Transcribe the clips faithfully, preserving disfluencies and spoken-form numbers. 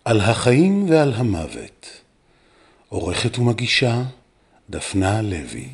על החיים ועל המוות. עורכת ומגישה דפנה לוי.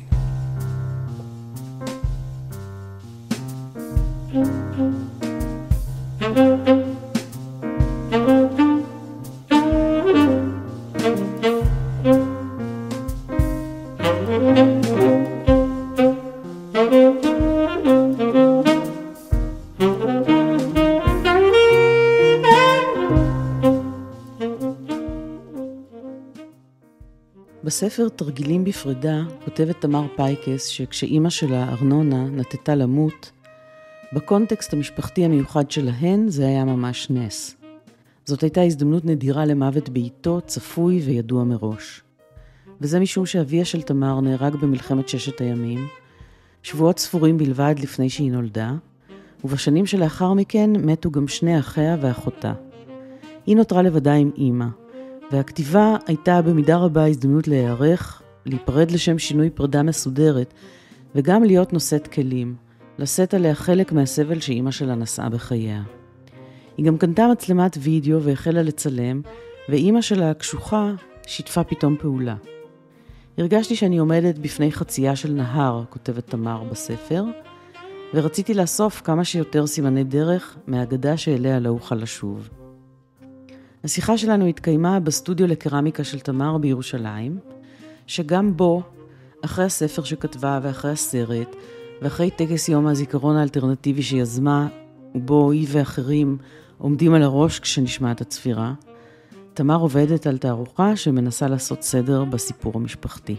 בספר תרגילים בפרידה כותבת תמר פייקס שכשאימא שלה ארנונה נטטה למות, בקונטקסט המשפחתי המיוחד שלהן זה היה ממש נס. זאת הייתה הזדמנות נדירה למוות בעיתו, צפוי וידוע מראש. וזה משום שאביה של תמר נהרג במלחמת ששת הימים, שבועות ספורים בלבד לפני שהיא נולדה, ובשנים שלאחר מכן מתו גם שני אחיה ואחותה. היא נותרה לבדה עם אימא, והכתיבה הייתה במידה רבה הזדמנות להיערך, להיפרד לשם שינוי פרידה מסודרת, וגם להיות נושאת כלים, לשאת עליה חלק מהסבל שאימא שלה נשאה בחייה. היא גם קנתה מצלמת וידאו והחלה לצלם, ואימא שלה הקשוחה שיתפה פתאום פעולה. הרגשתי שאני עומדת בפני חצייה של נהר, כותבת תמר בספר, ורציתי לאסוף כמה שיותר סימני דרך מהאגדה שאליה לא אוכל לשוב. השיחה שלנו התקיימה בסטודיו לקרמיקה של תמר בירושלים, שגם בו, אחרי הספר שכתבה ואחרי הסרט, ואחרי טקס יום הזיכרון האלטרנטיבי שיזמה, ובו היא ואחרים עומדים על הראש כשנשמעת הצפירה, תמר עובדת על תערוכה שמנסה לעשות סדר בסיפור המשפחתי.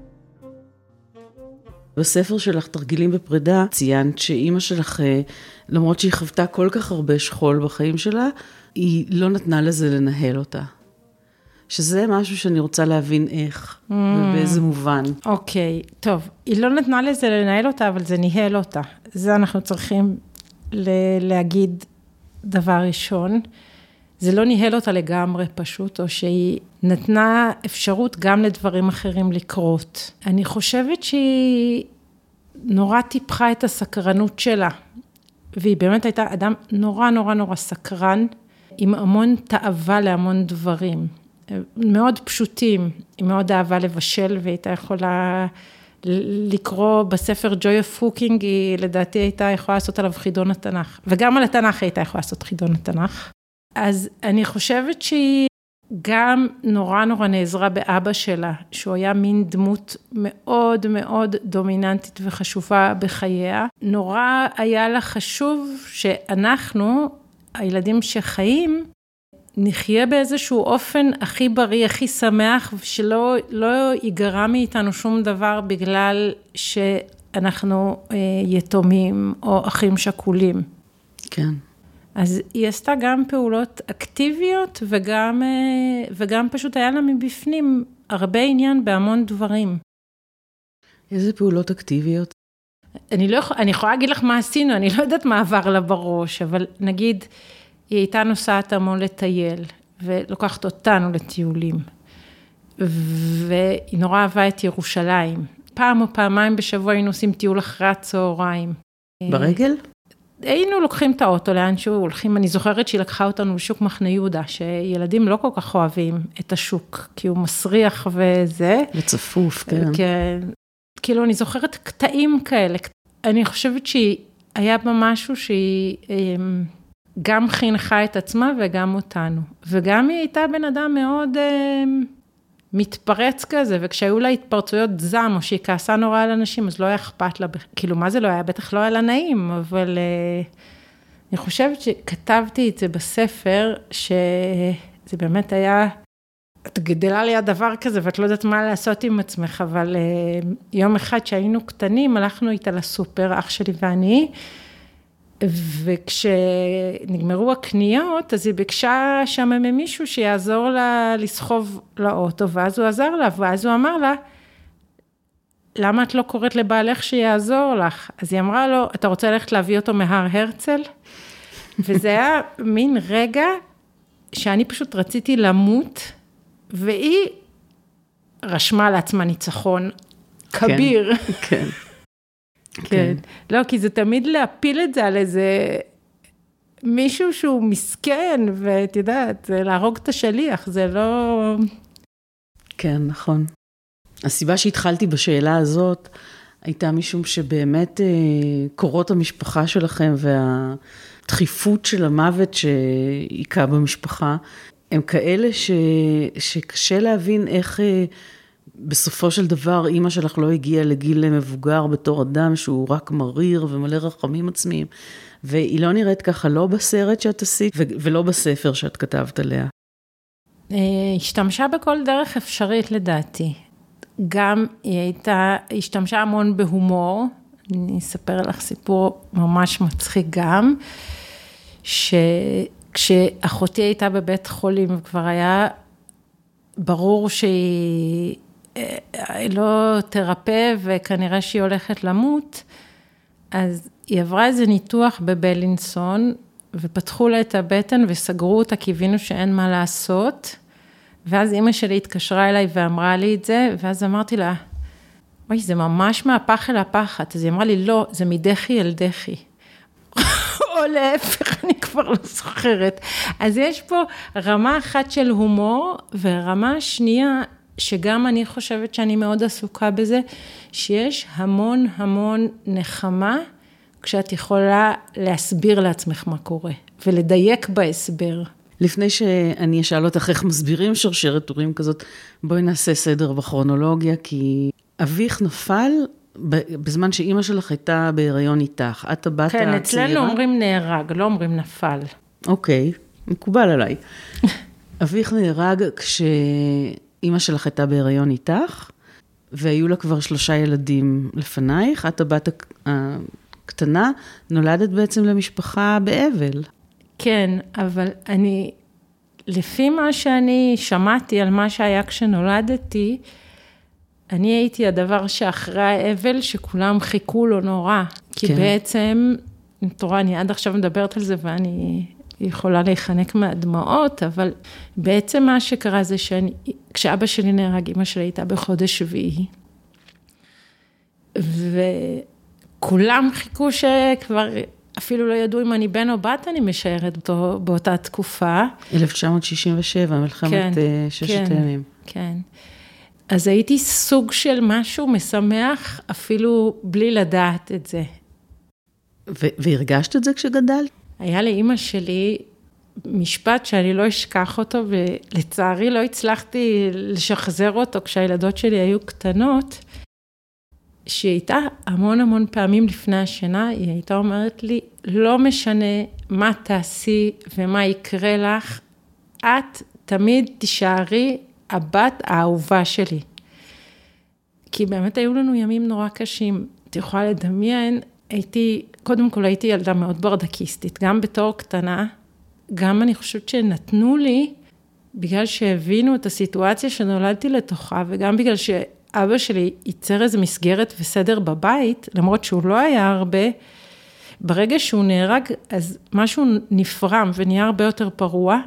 בספר שלך תרגילים בפרידה ציינת שאימא שלך, למרות שהיא חוותה כל כך הרבה שכול בחיים שלה, היא לא נתנה לזה לנהל אותה. שזה משהו שאני רוצה להבין איך, mm. ובאיזה מובן. אוקיי, okay, טוב. היא לא נתנה לזה לנהל אותה, אבל זה ניהל אותה. זה אנחנו צריכים להגיד דבר ראשון. זה לא ניהל אותה לגמרי פשוט, או שהיא נתנה אפשרות גם לדברים אחרים לקרות. אני חושבת שהיא נורא טיפחה את הסקרנות שלה, והיא באמת הייתה אדם נורא נורא נורא סקרן, עם המון תאווה להמון דברים, מאוד פשוטים, היא מאוד אהבה לבשל, והיא הייתה יכולה לקרוא בספר Joy of Cooking, היא לדעתי הייתה יכולה לעשות עליו חידון התנ"ך, וגם על התנ"ך הייתה יכולה לעשות חידון התנ"ך. אז אני חושבת שהיא גם נורא נורא נעזרה באבא שלה, שהוא היה מין דמות מאוד מאוד דומיננטית וחשובה בחייה. נורא היה לה חשוב שאנחנו, הילדים שחיים, נחיה באיזשהו אופן הכי בריא, הכי שמח, שלא לא ייגרע מאיתנו שום דבר בגלל שאנחנו יתומים או אחים שכולים. כן. אז היא עשתה גם פעולות אקטיביות, וגם, וגם פשוט היה לה מבפנים הרבה עניין בהמון דברים. איזה פעולות אקטיביות? אני, לא יכול, אני יכולה להגיד לך מה עשינו, אני לא יודעת מה עבר לה בראש, אבל נגיד, היא הייתה נוסעת המון לטייל, ולוקחת אותנו לטיולים, והיא נורא אהבה את ירושלים. פעם או פעמיים בשבוע היינו עושים טיול אחרי הצהריים. ברגל? היינו לוקחים את האוטו לאנשהו, הולכים, אני זוכרת שהיא לקחה אותנו לשוק מחנה יהודה, שילדים לא כל כך אוהבים את השוק, כי הוא מסריח וזה. וצפוף, כן. כן. כאילו, אני זוכרת קטעים כאלה. אני חושבת שהיה בה משהו שהיא גם חינכה את עצמה וגם אותנו. וגם היא הייתה בן אדם מאוד מתפרץ כזה, וכשהיו לה התפרצויות זעם, או שהיא כעסה נורא על אנשים, אז לא היה אכפת לה, כאילו מה זה לא היה? בטח לא היה לה נעים, אבל אני חושבת שכתבתי את זה בספר, שזה באמת היה, את גדלה לי הדבר כזה, ואת לא יודעת מה לעשות עם עצמך, אבל יום אחד שהיינו קטנים, הלכנו איתה לסופר, אח שלי ואני, וכשנגמרו הקניות, אז היא ביקשה שם ממישהו שיעזור לה לסחוב לאוטו, ואז הוא עזר לה, ואז הוא אמר לה, למה את לא קוראת לבעלך שיעזור לך? אז היא אמרה לו, אתה רוצה ללכת להביא אותו מהר הרצל? וזה היה מין רגע שאני פשוט רציתי למות, והיא רשמה לעצמה ניצחון כביר. כן, כן. כן. לא, כי זה תמיד להפיל את זה על איזה מישהו שהוא מסכן, ואת יודעת, להרוג את השליח, זה לא... כן, נכון. הסיבה שהתחלתי בשאלה הזאת, הייתה משום שבאמת קורות המשפחה שלכם, והדחיפות של המוות שהיכה במשפחה, הם כאלה ש... שקשה להבין איך בסופו של דבר אמא שלך לא הגיעה לגיל מבוגר בתור אדם שהוא רק מריר ומלא רחמים עצמיים, והיא לא נראית ככה לא בסרט שאת עשית ו... ולא בספר שאת כתבת עליה. השתמשה בכל דרך אפשרית לדעתי. גם היא הייתה, השתמשה המון בהומור, אני אספר לך סיפור ממש מצחיק גם, שכשאחותי הייתה בבית חולים, וכבר היה ברור שהיא לא תרפא, וכנראה שהיא הולכת למות, אז היא עברה איזה ניתוח בבלינסון, ופתחו לה את הבטן וסגרו אותה, כי הבינו שאין מה לעשות, ואז אמא שלי התקשרה אליי ואמרה לי את זה, ואז אמרתי לה, אוי, זה ממש מהפח אל הפחד. אז היא אמרה לי, לא, זה מדחי אל דחי. או להפך, אני כבר לא זוכרת. אז יש פה רמה אחת של הומור, ורמה שנייה, שגם אני חושבת שאני מאוד עסוקה בזה, שיש המון המון נחמה, כשאת יכולה להסביר לעצמך מה קורה, ולדייק בהסבר. לפני שאני אשאל אותך איך מסבירים שרשרת טורים כזאת, בואי נעשה סדר בכרונולוגיה, כי אביך נפל בזמן שאימא שלך הייתה בהיריון איתך. את הבת הצעירה. כן, אצלנו אומרים נהרג, לא אומרים נפל. אוקיי, מקובל עליי. אביך נהרג כשאימא שלך הייתה בהיריון איתך, והיו לה כבר שלושה ילדים לפנייך. את הבת הקטנה, נולדת בעצם למשפחה באבל. כן, אבל אני, לפי מה שאני שמעתי על מה שהיה כשנולדתי, אני הייתי הדבר שאחרי האבל שכולם חיכו לו נורא. כי כן. בעצם, תורה, אני עד עכשיו מדברת על זה ואני יכולה להיחנק מהדמעות, אבל בעצם מה שקרה זה שאני, כשאבא שלי נהרג, אמא שלי הייתה בחודש שביעי, וכולם חיכו שכבר... אפילו לא ידעו אם אני בן או בת, אני משערת אותו באותה תקופה. אלף תשע מאות שישים ושבע, מלחמת כן, ששת כן, הימים. כן. אז הייתי סוג של משהו משמח, אפילו בלי לדעת את זה. ו- והרגשת את זה כשגדלת? היה לאמא שלי משפט שאני לא אשכח אותו, ולצערי לא הצלחתי לשחזר אותו כשהילדות שלי היו קטנות, שהיא הייתה המון המון פעמים לפני השינה, היא הייתה אומרת לי, לא משנה מה תעשי ומה יקרה לך, את תמיד תישארי הבת האהובה שלי. כי באמת היו לנו ימים נורא קשים, את יכולה לדמיין, הייתי, קודם כל הייתי ילדה מאוד ברדקיסטית, גם בתור קטנה, גם אני חושבת שנתנו לי, בגלל שהבינו את הסיטואציה שנולדתי לתוכה, וגם בגלל ש... אבא שלי ייצר איזו מסגרת וסדר בבית, למרות שהוא לא היה הרבה, ברגע שהוא נהרג, אז משהו נפרם ונהיה הרבה יותר פרוע,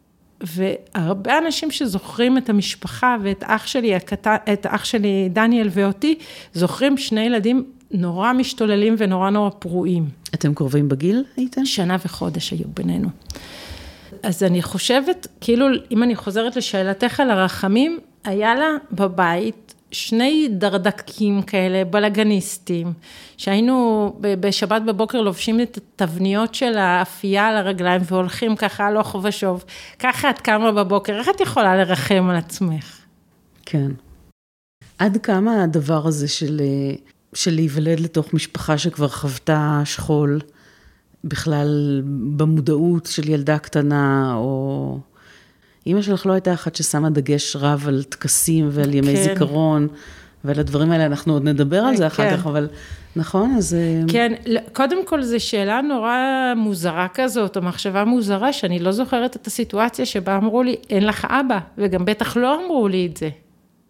והרבה אנשים שזוכרים את המשפחה ואת אח שלי, את אח שלי דניאל ואותי, זוכרים שני ילדים נורא משתוללים ונורא נורא פרועים. אתם קרובים בגיל הייתם? שנה וחודש היו בינינו. אז אני חושבת, כאילו, אם אני חוזרת לשאלתך על הרחמים, היה לה בבית שני דרדקים כאלה, בלגניסטים, שהיינו בשבת בבוקר לובשים את התבניות של האפייה על הרגליים, והולכים ככה הלוך ושוב. ככה את קמה בבוקר, איך את יכולה לרחם על עצמך? כן. עד כמה הדבר הזה של, של להיוולד לתוך משפחה שכבר חוותה שכול, בכלל במודעות של ילדה קטנה, או... אמא שלך לא הייתה אחת ששמה דגש רב על טקסים ועל ימי כן. זיכרון, ועל הדברים האלה אנחנו עוד נדבר על זה אחר כך, אבל נכון, אז... כן, קודם כל זו שאלה נורא מוזרה כזאת, או מחשבה מוזרה, שאני לא זוכרת את הסיטואציה שבה אמרו לי, אין לך אבא, וגם בטח לא אמרו לי את זה.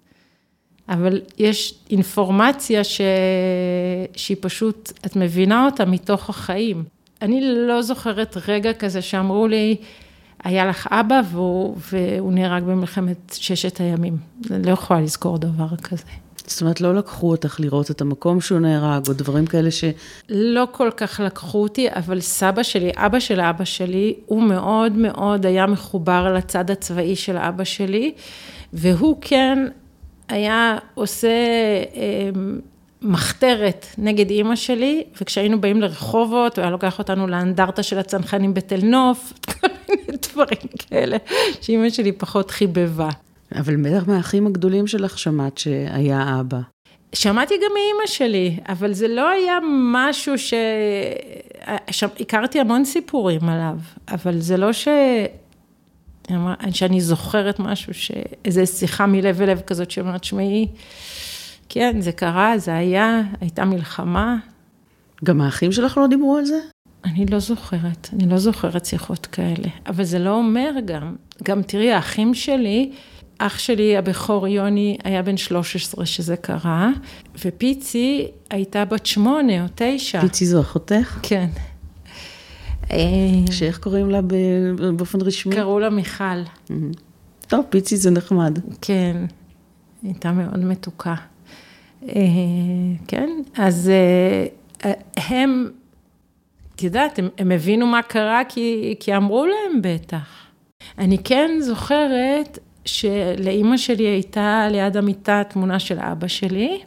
אבל יש אינפורמציה ש... שהיא פשוט, את מבינה אותה מתוך החיים. אני לא זוכרת רגע כזה שאמרו לי, היה לך אבא והוא, והוא נהרג במלחמת ששת הימים. אני לא יכולה לזכור דבר כזה. זאת אומרת, לא לקחו אותך לראות את המקום שהוא נהרג, או דברים כאלה ש... לא כל כך לקחו אותי, אבל סבא שלי, אבא של אבא שלי, הוא מאוד מאוד היה מחובר לצד הצבאי של אבא שלי, והוא כן היה עושה אה, מחתרת נגד אמא שלי, וכשהיינו באים לרחובות, הוא היה לוקח אותנו לאנדרטה של הצנחנים בתל נוף, כל מיני דברים כאלה, שאמא שלי פחות חיבבה. אבל בטח מהאחים הגדולים שלך שמעת שהיה אבא. שמעתי גם מאמא שלי, אבל זה לא היה משהו ש... הכרתי המון סיפורים עליו, אבל זה לא ש... שאני זוכרת משהו, שאיזו שיחה מלב אל לב כזאת שאומרת, שמעי, כן, זה קרה, זה היה, הייתה מלחמה. גם האחים שלך לא דיברו על זה? אני לא זוכרת, אני לא זוכרת שיחות כאלה, אבל זה לא אומר גם, גם תראי, האחים שלי, אח שלי הבכור יוני היה בן שלוש עשרה שזה קרה, ופיצי הייתה בת שמונה או תשע. פיצי זו אחותך? כן. שאיך קוראים לה באופן רשמי? קראו לה מיכל. טוב, פיצי זה נחמד. כן, הייתה מאוד מתוקה. כן, אז הם, את יודעת, הם, הם הבינו מה קרה כי, כי אמרו להם בטח. אני כן זוכרת שלאמא שלי הייתה ליד המיטה תמונה של אבא שלי,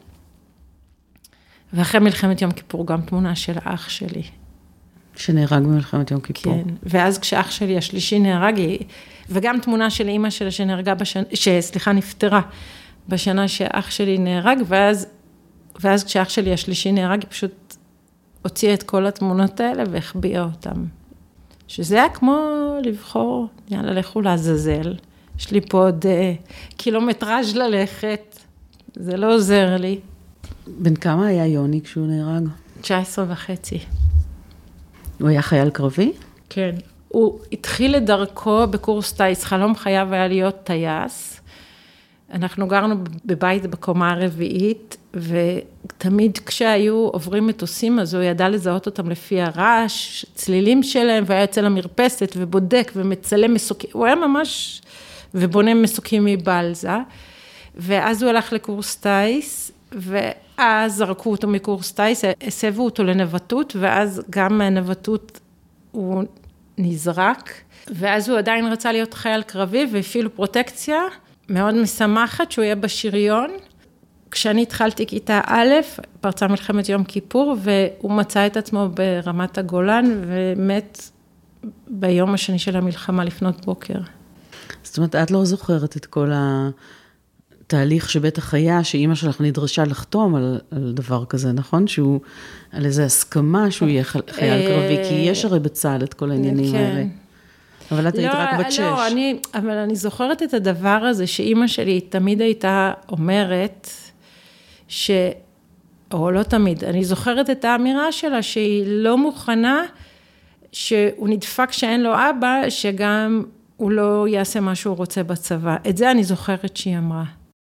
ואחרי מלחמת יום כיפור גם תמונה של אח שלי. שנהרג במלחמת יום כיפור. כן, ואז כשאח שלי השלישי נהרג, וגם תמונה של אמא שלה שנהרגה בשנה, שסליחה נפטרה, בשנה שאח שלי נהרג, ואז, ואז כשאח שלי השלישי נהרג, היא פשוט הוציאה את כל התמונות האלה והחביאה אותם. שזה היה כמו לבחור, יאללה, לכו לעזאזל. יש לי פה עוד uh, קילומטראז' ללכת, זה לא עוזר לי. בן כמה היה יוני כשהוא נהרג? תשע עשרה וחצי. הוא היה חייל קרבי? כן. הוא התחיל את דרכו בקורס טייס, חלום חייו היה להיות טייס. אנחנו גרנו בבית בקומה הרביעית, ותמיד כשהיו עוברים מטוסים, אז הוא ידע לזהות אותם לפי הרעש, צלילים שלהם, והיה יוצא למרפסת ובודק ומצלם מסוקים. הוא היה ממש, ובונה מסוקים מבלזה. ואז הוא הלך לקורס טייס, ואז זרקו אותו מקורס טייס, הסבו אותו לנווטות, ואז גם מהנווטות הוא נזרק, ואז הוא עדיין רצה להיות חייל קרבי, והפעילו פרוטקציה מאוד משמחת שהוא יהיה בשריון. כשאני התחלתי כיתה א', פרצה מלחמת יום כיפור, והוא מצא את עצמו ברמת הגולן, ומת ביום השני של המלחמה לפנות בוקר. זאת אומרת, את לא זוכרת את כל התהליך שבטח היה, שאימא שלך נדרשה לחתום על, על דבר כזה, נכון? שהוא, על איזו הסכמה שהוא יהיה חייל קרבי, כי יש הרי בצה"ל את כל העניינים האלה. אבל את היית רק בת שש. לא, אני, אבל אני זוכרת את הדבר הזה, שאימא שלי תמיד הייתה אומרת, ש, או לא תמיד, אני זוכרת את האמירה שלה, שהיא לא מוכנה, שהוא נדפק שאין לו אבא, שגם הוא לא יעשה מה שהוא רוצה בצבא. את זה אני זוכרת שהיא אמרה.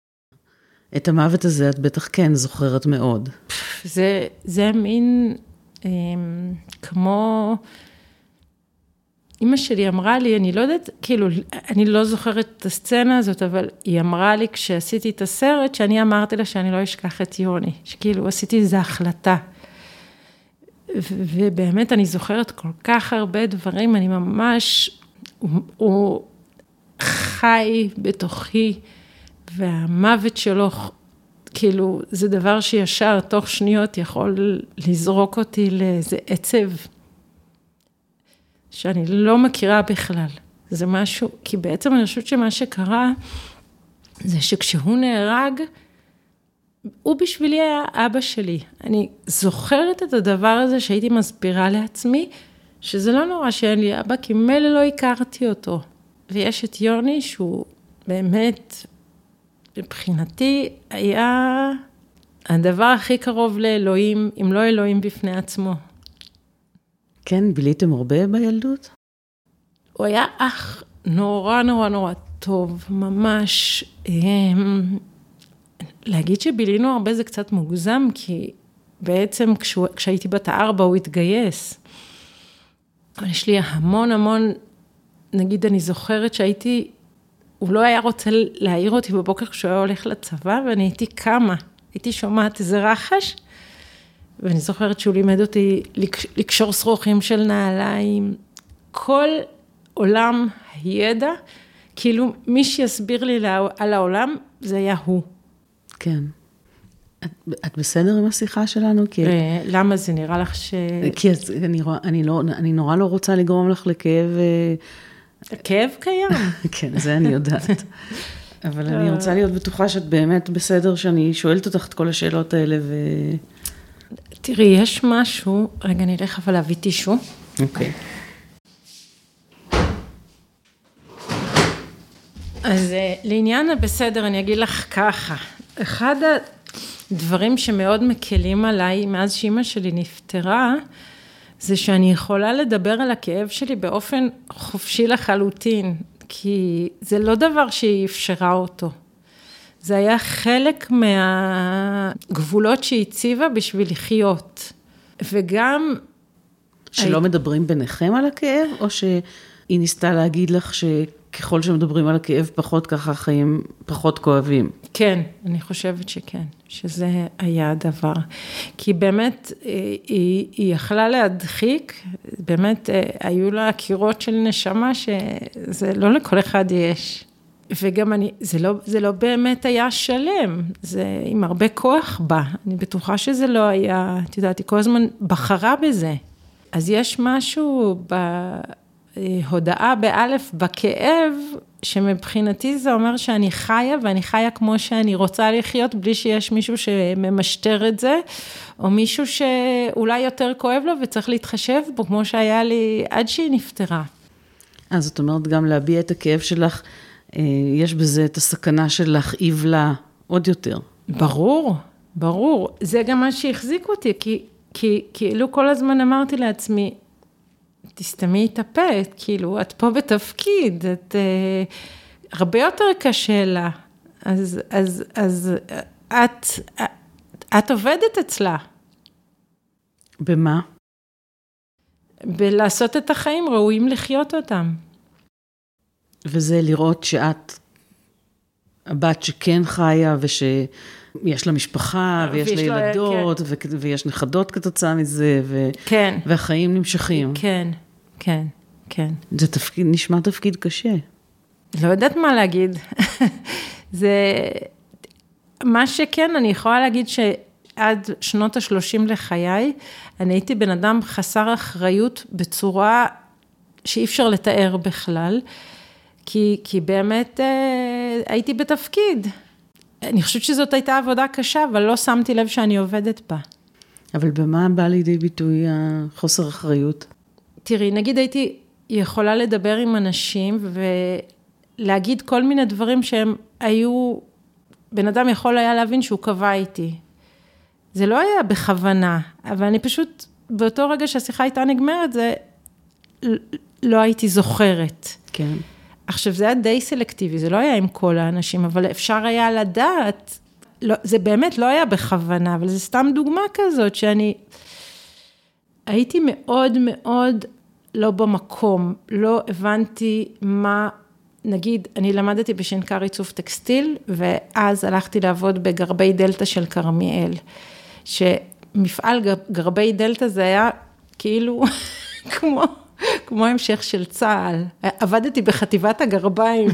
את המוות הזה את בטח כן זוכרת מאוד. זה, זה מין, כמו, אמא שלי אמרה לי, אני לא יודעת, כאילו, אני לא זוכרת את הסצנה הזאת, אבל היא אמרה לי כשעשיתי את הסרט, שאני אמרתי לה שאני לא אשכח את יוני, שכאילו עשיתי איזו החלטה. ובאמת אני זוכרת כל כך הרבה דברים, אני ממש, הוא, הוא חי בתוכי, והמוות שלו, כאילו, זה דבר שישר תוך שניות יכול לזרוק אותי לאיזה עצב, שאני לא מכירה בכלל. זה משהו, כי בעצם אני חושבת שמה שקרה, זה שכשהוא נהרג, הוא בשבילי היה אבא שלי. אני זוכרת את הדבר הזה שהייתי מסבירה לעצמי, שזה לא נורא שאין לי אבא, כי מילא לא הכרתי אותו. ויש את יוני שהוא באמת, מבחינתי, היה הדבר הכי קרוב לאלוהים, אם לא אלוהים בפני עצמו. כן, ביליתם הרבה בילדות? הוא היה אח נורא נורא נורא טוב, ממש. להגיד שבילינו הרבה זה קצת מוגזם, כי בעצם כשהוא, כשהייתי בת הארבע הוא התגייס. אבל יש לי המון המון, נגיד אני זוכרת שהייתי, הוא לא היה רוצה להעיר אותי בבוקר כשהוא היה הולך לצבא, ואני הייתי קמה הייתי שומעת איזה רחש, ואני זוכרת שהוא לימד אותי לקשור שרוכים של נעליים, כל עולם הידע, כאילו מי שיסביר לי על העולם, זה היה הוא. כן. את, את בסדר עם השיחה שלנו? כי... למה זה נראה לך ש... כי אני, אני, לא, אני נורא לא רוצה לגרום לך לכאב... כאב קיים. כן, זה אני יודעת. אבל אני רוצה להיות בטוחה שאת באמת בסדר, שאני שואלת אותך את כל השאלות האלה ו... תראי, יש משהו, רגע, אני אלך אבל להביא טישו. אוקיי. אז לעניין הבסדר, אני אגיד לך ככה. אחד הדברים שמאוד מקלים עליי, מאז שאמא שלי נפטרה, זה שאני יכולה לדבר על הכאב שלי באופן חופשי לחלוטין, כי זה לא דבר שהיא אפשרה אותו. זה היה חלק מהגבולות שהיא הציבה בשביל לחיות. וגם... שלא הי... מדברים ביניכם על הכאב, או שהיא ניסתה להגיד לך שככל שמדברים על הכאב פחות, ככה החיים פחות כואבים? כן, אני חושבת שכן, שזה היה הדבר. כי באמת היא, היא יכלה להדחיק, באמת היו לה קירות של נשמה שזה לא לכל אחד יש. וגם אני, זה לא, זה לא באמת היה שלם, זה עם הרבה כוח בה, אני בטוחה שזה לא היה, את יודעת, היא כל הזמן בחרה בזה. אז יש משהו בהודעה באלף, בכאב, שמבחינתי זה אומר שאני חיה, ואני חיה כמו שאני רוצה לחיות, בלי שיש מישהו שממשטר את זה, או מישהו שאולי יותר כואב לו, וצריך להתחשב בו, כמו שהיה לי עד שהיא נפטרה. אז זאת אומרת, גם להביע את הכאב שלך, יש בזה את הסכנה של להכאיב לה עוד יותר. ברור, ברור. זה גם מה שהחזיק אותי, כי, כי, כאילו כל הזמן אמרתי לעצמי, תסתמי את הפה, כאילו, את פה בתפקיד, את, אה, הרבה יותר קשה לה. אז, אז, אז, את, את עובדת אצלה. במה? בלעשות את החיים, ראויים לחיות אותם. וזה לראות שאת הבת שכן חיה, ושיש לה משפחה, ויש לה ילדות, לה, כן. ויש נכדות כתוצאה מזה, ו... כן. והחיים נמשכים. כן, כן, כן. זה תפקיד, נשמע תפקיד קשה. לא יודעת מה להגיד. זה, מה שכן, אני יכולה להגיד שעד שנות השלושים לחיי, אני הייתי בן אדם חסר אחריות בצורה שאי אפשר לתאר בכלל, כי, כי באמת אה, הייתי בתפקיד. אני חושבת שזאת הייתה עבודה קשה, אבל לא שמתי לב שאני עובדת בה. אבל במה בא לידי ביטוי החוסר אחריות? תראי, נגיד הייתי יכולה לדבר עם אנשים, ולהגיד כל מיני דברים שהם היו, בן אדם יכול היה להבין שהוא קבע איתי. זה לא היה בכוונה, אבל אני פשוט, באותו רגע שהשיחה הייתה נגמרת, זה לא הייתי זוכרת. כן. עכשיו, זה היה די סלקטיבי, זה לא היה עם כל האנשים, אבל אפשר היה לדעת, לא, זה באמת לא היה בכוונה, אבל זה סתם דוגמה כזאת, שאני הייתי מאוד מאוד לא במקום, לא הבנתי מה, נגיד, אני למדתי בשנקר עיצוב טקסטיל, ואז הלכתי לעבוד בגרבי דלטה של קרמיאל, שמפעל גרבי דלטה זה היה כאילו כמו... כמו המשך של צהל. עבדתי בחטיבת הגרביים.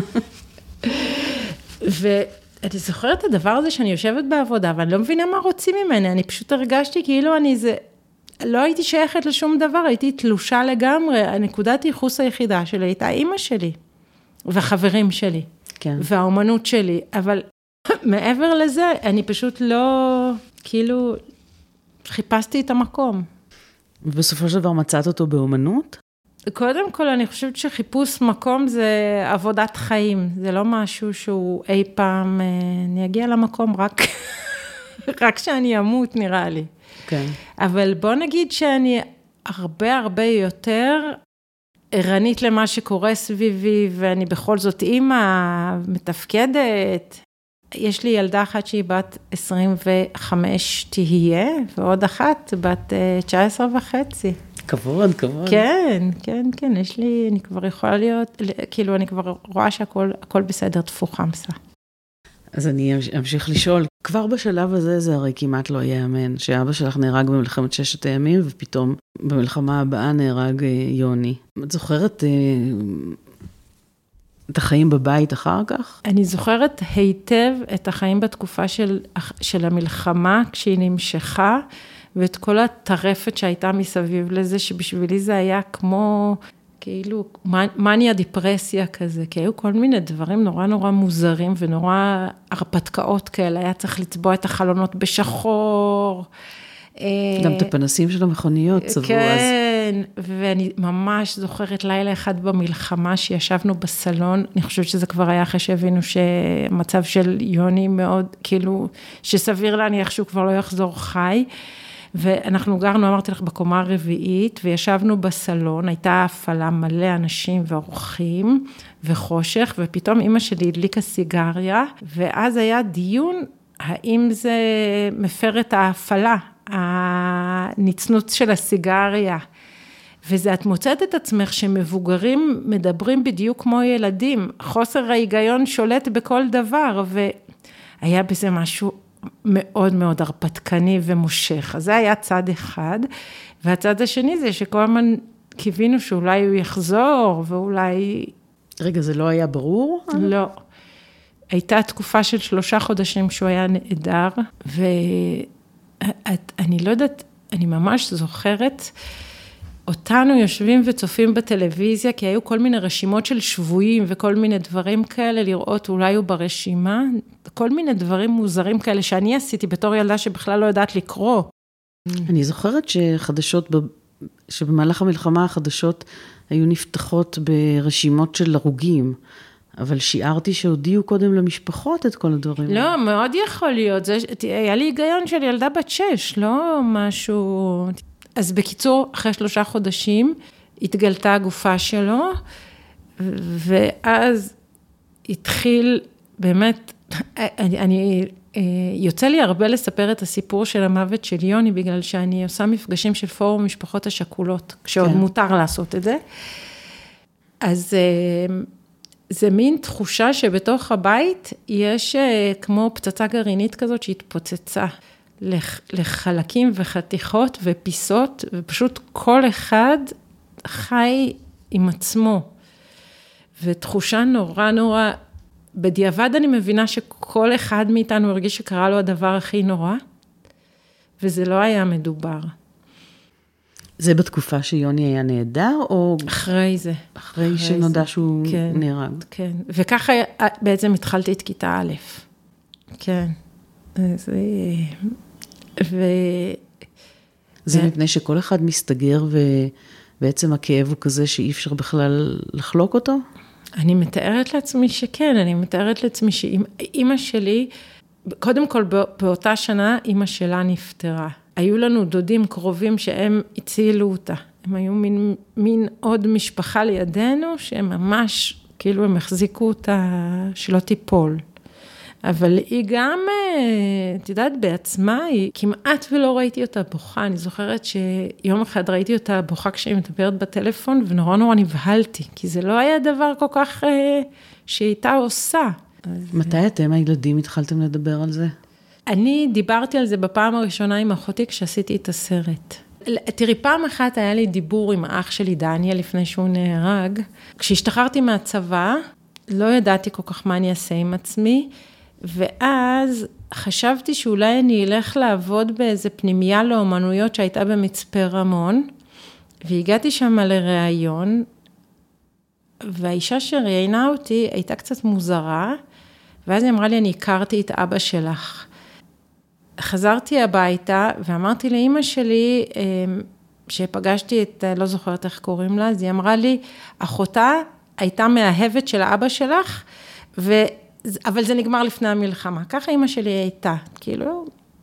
ואני זוכרת את הדבר הזה שאני יושבת בעבודה, ואני לא מבינה מה רוצים ממני, אני פשוט הרגשתי כאילו אני זה, לא הייתי שייכת לשום דבר, הייתי תלושה לגמרי, הנקודת ייחוס היחידה שלי הייתה אימא שלי, והחברים שלי, כן. והאומנות שלי, אבל מעבר לזה, אני פשוט לא, כאילו, חיפשתי את המקום. ובסופו של דבר מצאת אותו באומנות? קודם כל, אני חושבת שחיפוש מקום זה עבודת חיים. זה לא משהו שהוא אי פעם, אני אגיע למקום רק, רק שאני אמות, נראה לי. כן. אבל בוא נגיד שאני הרבה הרבה יותר ערנית למה שקורה סביבי, ואני בכל זאת אימא מתפקדת. יש לי ילדה אחת שהיא בת עשרים וחמש תהיה, ועוד אחת בת תשע עשרה וחצי. כבוד, כבוד. כן, כן, כן, יש לי, אני כבר יכולה להיות, כאילו אני כבר רואה שהכל הכל בסדר, תפוך חמסה. אז אני אמשיך לשאול, כבר בשלב הזה זה הרי כמעט לא יאמן, שאבא שלך נהרג במלחמת ששת הימים, ופתאום במלחמה הבאה נהרג יוני. את זוכרת את החיים בבית אחר כך? אני זוכרת היטב את החיים בתקופה של, של המלחמה, כשהיא נמשכה, ואת כל הטרפת שהייתה מסביב לזה, שבשבילי זה היה כמו, כאילו, מניה דיפרסיה כזה, כי היו כל מיני דברים נורא נורא מוזרים, ונורא הרפתקאות כאלה, היה צריך לצבוע את החלונות בשחור. גם את הפנסים של המכוניות צבעו אז. כן, ואני ממש זוכרת לילה אחד במלחמה, שישבנו בסלון, אני חושבת שזה כבר היה אחרי שהבינו שהמצב של יוני מאוד, כאילו, שסביר להניח שהוא כבר לא יחזור חי, ואנחנו גרנו, אמרתי לך, בקומה הרביעית, וישבנו בסלון, הייתה הפעלה מלא אנשים ואורחים, וחושך, ופתאום אמא שלי הדליקה סיגריה, ואז היה דיון, האם זה מפר את ההפעלה, הנצנוץ של הסיגריה, וזה את מוצאת את עצמך שמבוגרים מדברים בדיוק כמו ילדים, חוסר ההיגיון שולט בכל דבר, והיה בזה משהו מאוד מאוד הרפתקני ומושך, אז זה היה צד אחד, והצד השני זה שכל הזמן קיווינו שאולי הוא יחזור, ואולי... רגע, זה לא היה ברור? לא. הייתה תקופה של שלושה חודשים שהוא היה נעדר, ואני לא יודעת, אני ממש זוכרת, אותנו יושבים וצופים בטלוויזיה, כי היו כל מיני רשימות של שבויים, וכל מיני דברים כאלה, לראות אולי הוא ברשימה, כל מיני דברים מוזרים כאלה, שאני עשיתי בתור ילדה שבכלל לא יודעת לקרוא. אני זוכרת שחדשות, שבמהלך המלחמה החדשות, היו נפתחות ברשימות של הרוגים, אבל שיערתי שהודיעו קודם למשפחות את כל הדברים. לא, מאוד יכול להיות, זה, היה לי היגיון של ילדה בת שש, לא משהו... אז בקיצור, אחרי שלושה חודשים, התגלתה הגופה שלו, ואז התחיל, באמת, אני, אני, יוצא לי הרבה לספר את הסיפור של המוות של יוני, בגלל שאני עושה מפגשים של פורום משפחות השכולות, כשעוד כן. מותר לעשות את זה. אז זה מין תחושה שבתוך הבית יש כמו פצצה גרעינית כזאת שהתפוצצה. לחלקים וחתיכות ופיסות, ופשוט כל אחד חי עם עצמו. ותחושה נורא נורא, בדיעבד אני מבינה שכל אחד מאיתנו הרגיש שקרה לו הדבר הכי נורא, וזה לא היה מדובר. זה בתקופה שיוני היה נהדר, או... אחרי זה. אחרי, אחרי שנודע זה. שהוא כן, נהרג. כן, וככה בעצם התחלתי את כיתה א'. כן. אז... ו... זה מפני שכל אחד מסתגר, ובעצם הכאב הוא כזה שאי אפשר בכלל לחלוק אותו? אני מתארת לעצמי שכן, אני מתארת לעצמי שאמא שלי, קודם כל באותה שנה, אמא שלה נפטרה. היו לנו דודים קרובים שהם הצילו אותה. הם היו מין, מין עוד משפחה לידינו, שהם ממש, כאילו הם החזיקו אותה שלא תיפול. אבל היא גם, את יודעת, בעצמה, היא כמעט ולא ראיתי אותה בוכה. אני זוכרת שיום אחד ראיתי אותה בוכה כשהיא מדברת בטלפון, ונורא נורא נבהלתי, כי זה לא היה דבר כל כך שהיא הייתה עושה. מתי אתם, הילדים, התחלתם לדבר על זה? אני דיברתי על זה בפעם הראשונה עם אחותי כשעשיתי את הסרט. תראי, פעם אחת היה לי דיבור עם האח שלי דניאל לפני שהוא נהרג. כשהשתחררתי מהצבא, לא ידעתי כל כך מה אני אעשה עם עצמי, ואז חשבתי שאולי אני אלך לעבוד באיזה פנימייה לאומנויות שהייתה במצפה רמון, והגעתי שם לראיון, והאישה שראיינה אותי הייתה קצת מוזרה, ואז היא אמרה לי, אני הכרתי את אבא שלך. חזרתי הביתה, ואמרתי לאמא שלי, שפגשתי את, לא זוכרת איך קוראים לה, אז היא אמרה לי, אחותה הייתה מאהבת של האבא שלך, ו... אבל זה נגמר לפני המלחמה. ככה אמא שלי הייתה, כאילו,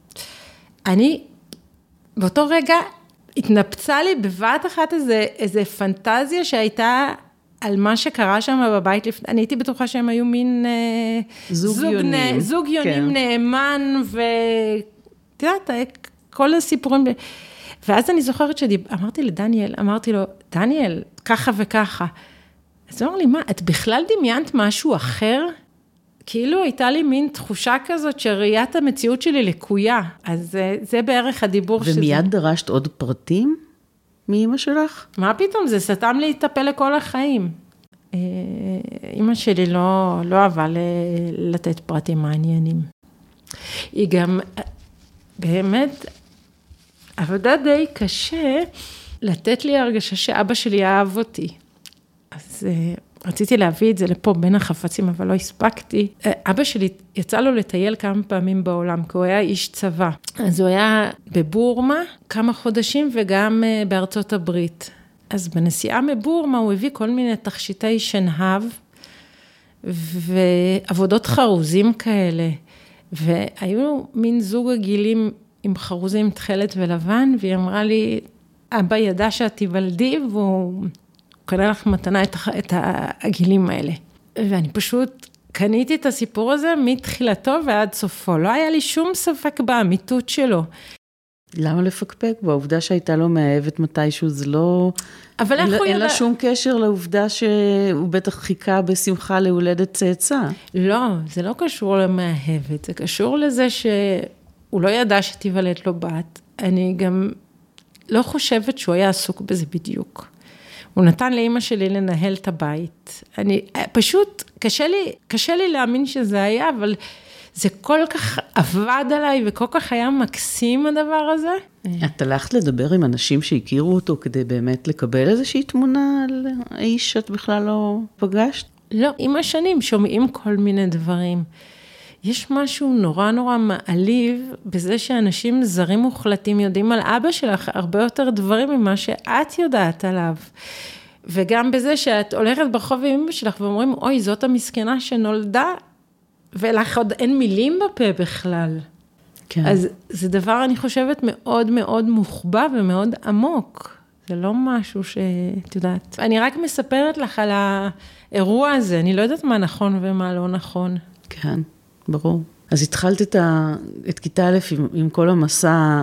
אני באותו רגע התנפצה לי בבת אחת איזה, איזה פנטזיה שהייתה על מה שקרה שם בבית לפני, אני הייתי בטוחה שהם היו מין זוג, זוג יונים, נ, זוג יונים כן. נאמן, ואת יודעת, כל הסיפורים, ואז אני זוכרת שאמרתי לדניאל, אמרתי לו, דניאל, ככה וככה, אז הוא אמר לי, מה, את בכלל דמיינת משהו אחר? כאילו הייתה לי מין תחושה כזאת שראיית המציאות שלי לקויה, אז זה, זה בערך הדיבור שזה. ומיד דרשת עוד פרטים מאמא שלך? מה פתאום? זה סתם להתאפל לכל החיים. אמא שלי לא, לא אהבה לתת פרטים מעניינים. היא גם, באמת, עבודה די קשה לתת לי הרגשה שאבא שלי אהב אותי. אז רציתי להביא את זה לפה בין החפצים, אבל לא הספקתי. אבא שלי יצא לו לטייל כמה פעמים בעולם, כי הוא היה איש צבא. אז הוא היה בבורמה כמה חודשים וגם בארצות הברית. אז בנסיעה מבורמה הוא הביא כל מיני תכשיטי שנהב, ועבודות חרוזים כאלה. והיו מין זוג הגילים עם חרוזים תכלת ולבן, והיא אמרה לי, אבא ידע שאת תיוולדי, והוא קנה לך מתנה את, את הגילים האלה. ואני פשוט קניתי את הסיפור הזה מתחילתו ועד סופו. לא היה לי שום ספק באמיתות שלו. למה לפקפק? בעובדה שהייתה לו מאהבת מתישהו, זה לא... אבל איך הוא יודע... אין לה שום קשר לעובדה שהוא בטח חיכה בשמחה להולדת צאצא. לא, זה לא קשור למאהבת, זה קשור לזה שהוא לא ידע שתיוולד לו בת. אני גם לא חושבת שהוא היה עסוק בזה בדיוק. הוא נתן לאמא שלי לנהל את הבית. אני, פשוט, קשה לי, קשה לי להאמין שזה היה, אבל זה כל כך עבד עליי, וכל כך היה מקסים הדבר הזה. את הלכת לדבר עם אנשים שהכירו אותו, כדי באמת לקבל איזושהי תמונה על האיש שאת בכלל לא פגשת? לא, עם השנים שומעים כל מיני דברים. יש משהו נורא נורא מעליב, בזה שאנשים זרים מוחלטים יודעים על אבא שלך, הרבה יותר דברים ממה שאת יודעת עליו. וגם בזה שאת הולכת ברחוב עם אמא שלך, ואומרים, אוי, זאת המסכנה שנולדה, ולך עוד אין מילים בפה בכלל. כן. אז זה דבר, אני חושבת, מאוד מאוד מוחבא ומאוד עמוק. זה לא משהו שאת יודעת. אני רק מספרת לך על האירוע הזה, אני לא יודעת מה נכון ומה לא נכון. כן, ברור. אז התחלת את, ה... את כיתה א' עם, עם כל המסע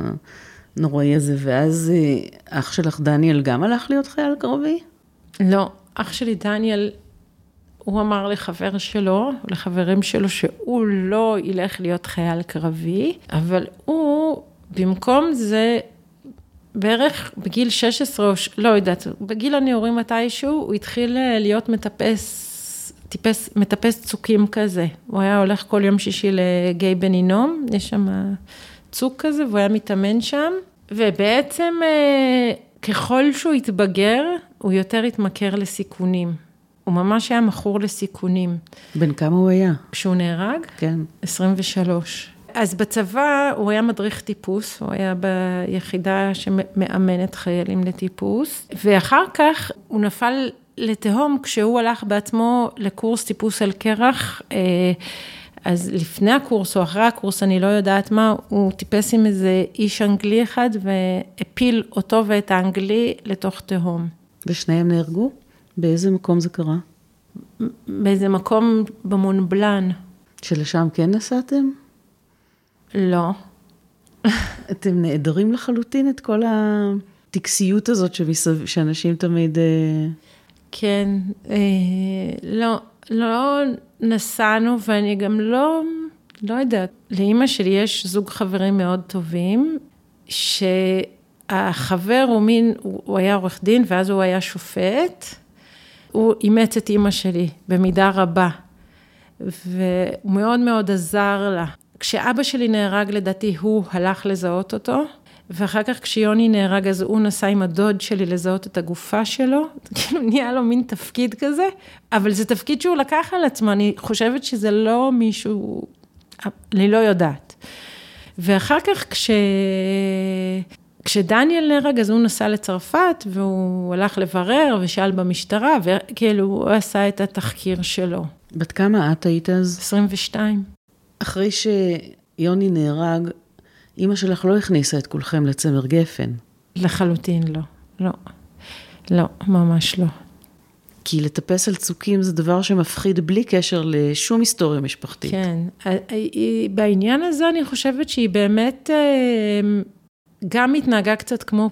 הנוראי הזה, ואז אח שלך דניאל גם הלך להיות חייל קרבי? לא, אח שלי דניאל, הוא אמר לחבר שלו, לחברים שלו, שהוא לא ילך להיות חייל קרבי, אבל הוא, במקום זה, בערך בגיל שש עשרה, או לא יודעת, בגיל הנעורים מתישהו, הוא התחיל להיות מטפס, טיפס, מטפס צוקים כזה. הוא היה הולך כל יום שישי לגיא בן הינום, יש שם צוק כזה, והוא היה מתאמן שם, ובעצם ככל שהוא התבגר, הוא יותר התמכר לסיכונים. הוא ממש היה מכור לסיכונים. בן כמה הוא היה? כשהוא נהרג? כן. עשרים ושלוש. אז בצבא הוא היה מדריך טיפוס, הוא היה ביחידה שמאמנת חיילים לטיפוס, ואחר כך הוא נפל לתהום כשהוא הלך בעצמו לקורס טיפוס על קרח, אז לפני הקורס או אחרי הקורס, אני לא יודעת מה, הוא טיפס עם איזה איש אנגלי אחד, והפיל אותו ואת האנגלי לתוך תהום. ושניהם נהרגו? באיזה מקום זה קרה? באיזה מקום במונבלן. שלשם כן נסעתם? לא. אתם נעדרים לחלוטין את כל הטקסיות הזאת שמסב... שאנשים תמיד... כן, אה, לא, לא נסענו, ואני גם לא, לא יודעת. לאמא שלי יש זוג חברים מאוד טובים, שהחבר הוא מין, הוא היה עורך דין, ואז הוא היה שופט, הוא אימץ את אמא שלי במידה רבה, והוא מאוד מאוד עזר לה. כשאבא שלי נהרג, לדעתי, הוא הלך לזהות אותו, ואחר כך כשיוני נהרג, אז הוא נסע עם הדוד שלי לזהות את הגופה שלו, כאילו נהיה לו מין תפקיד כזה, אבל זה תפקיד שהוא לקח על עצמו, אני חושבת שזה לא מישהו, אני לא יודעת. ואחר כך כש... כשדניאל נהרג, אז הוא נסע לצרפת, והוא הלך לברר ושאל במשטרה, וכאילו הוא עשה את התחקיר שלו. בת כמה את היית אז? עשרים ושתיים. אחרי שיוני נהרג, אמא שלך לא הכניסה את כולכם לצמר גפן. לחלוטין לא, לא, לא, ממש לא. כי לטפס על צוקים זה דבר שמפחיד בלי קשר לשום היסטוריה משפחתית. כן, בעניין הזה אני חושבת שהיא באמת גם התנהגה קצת כמו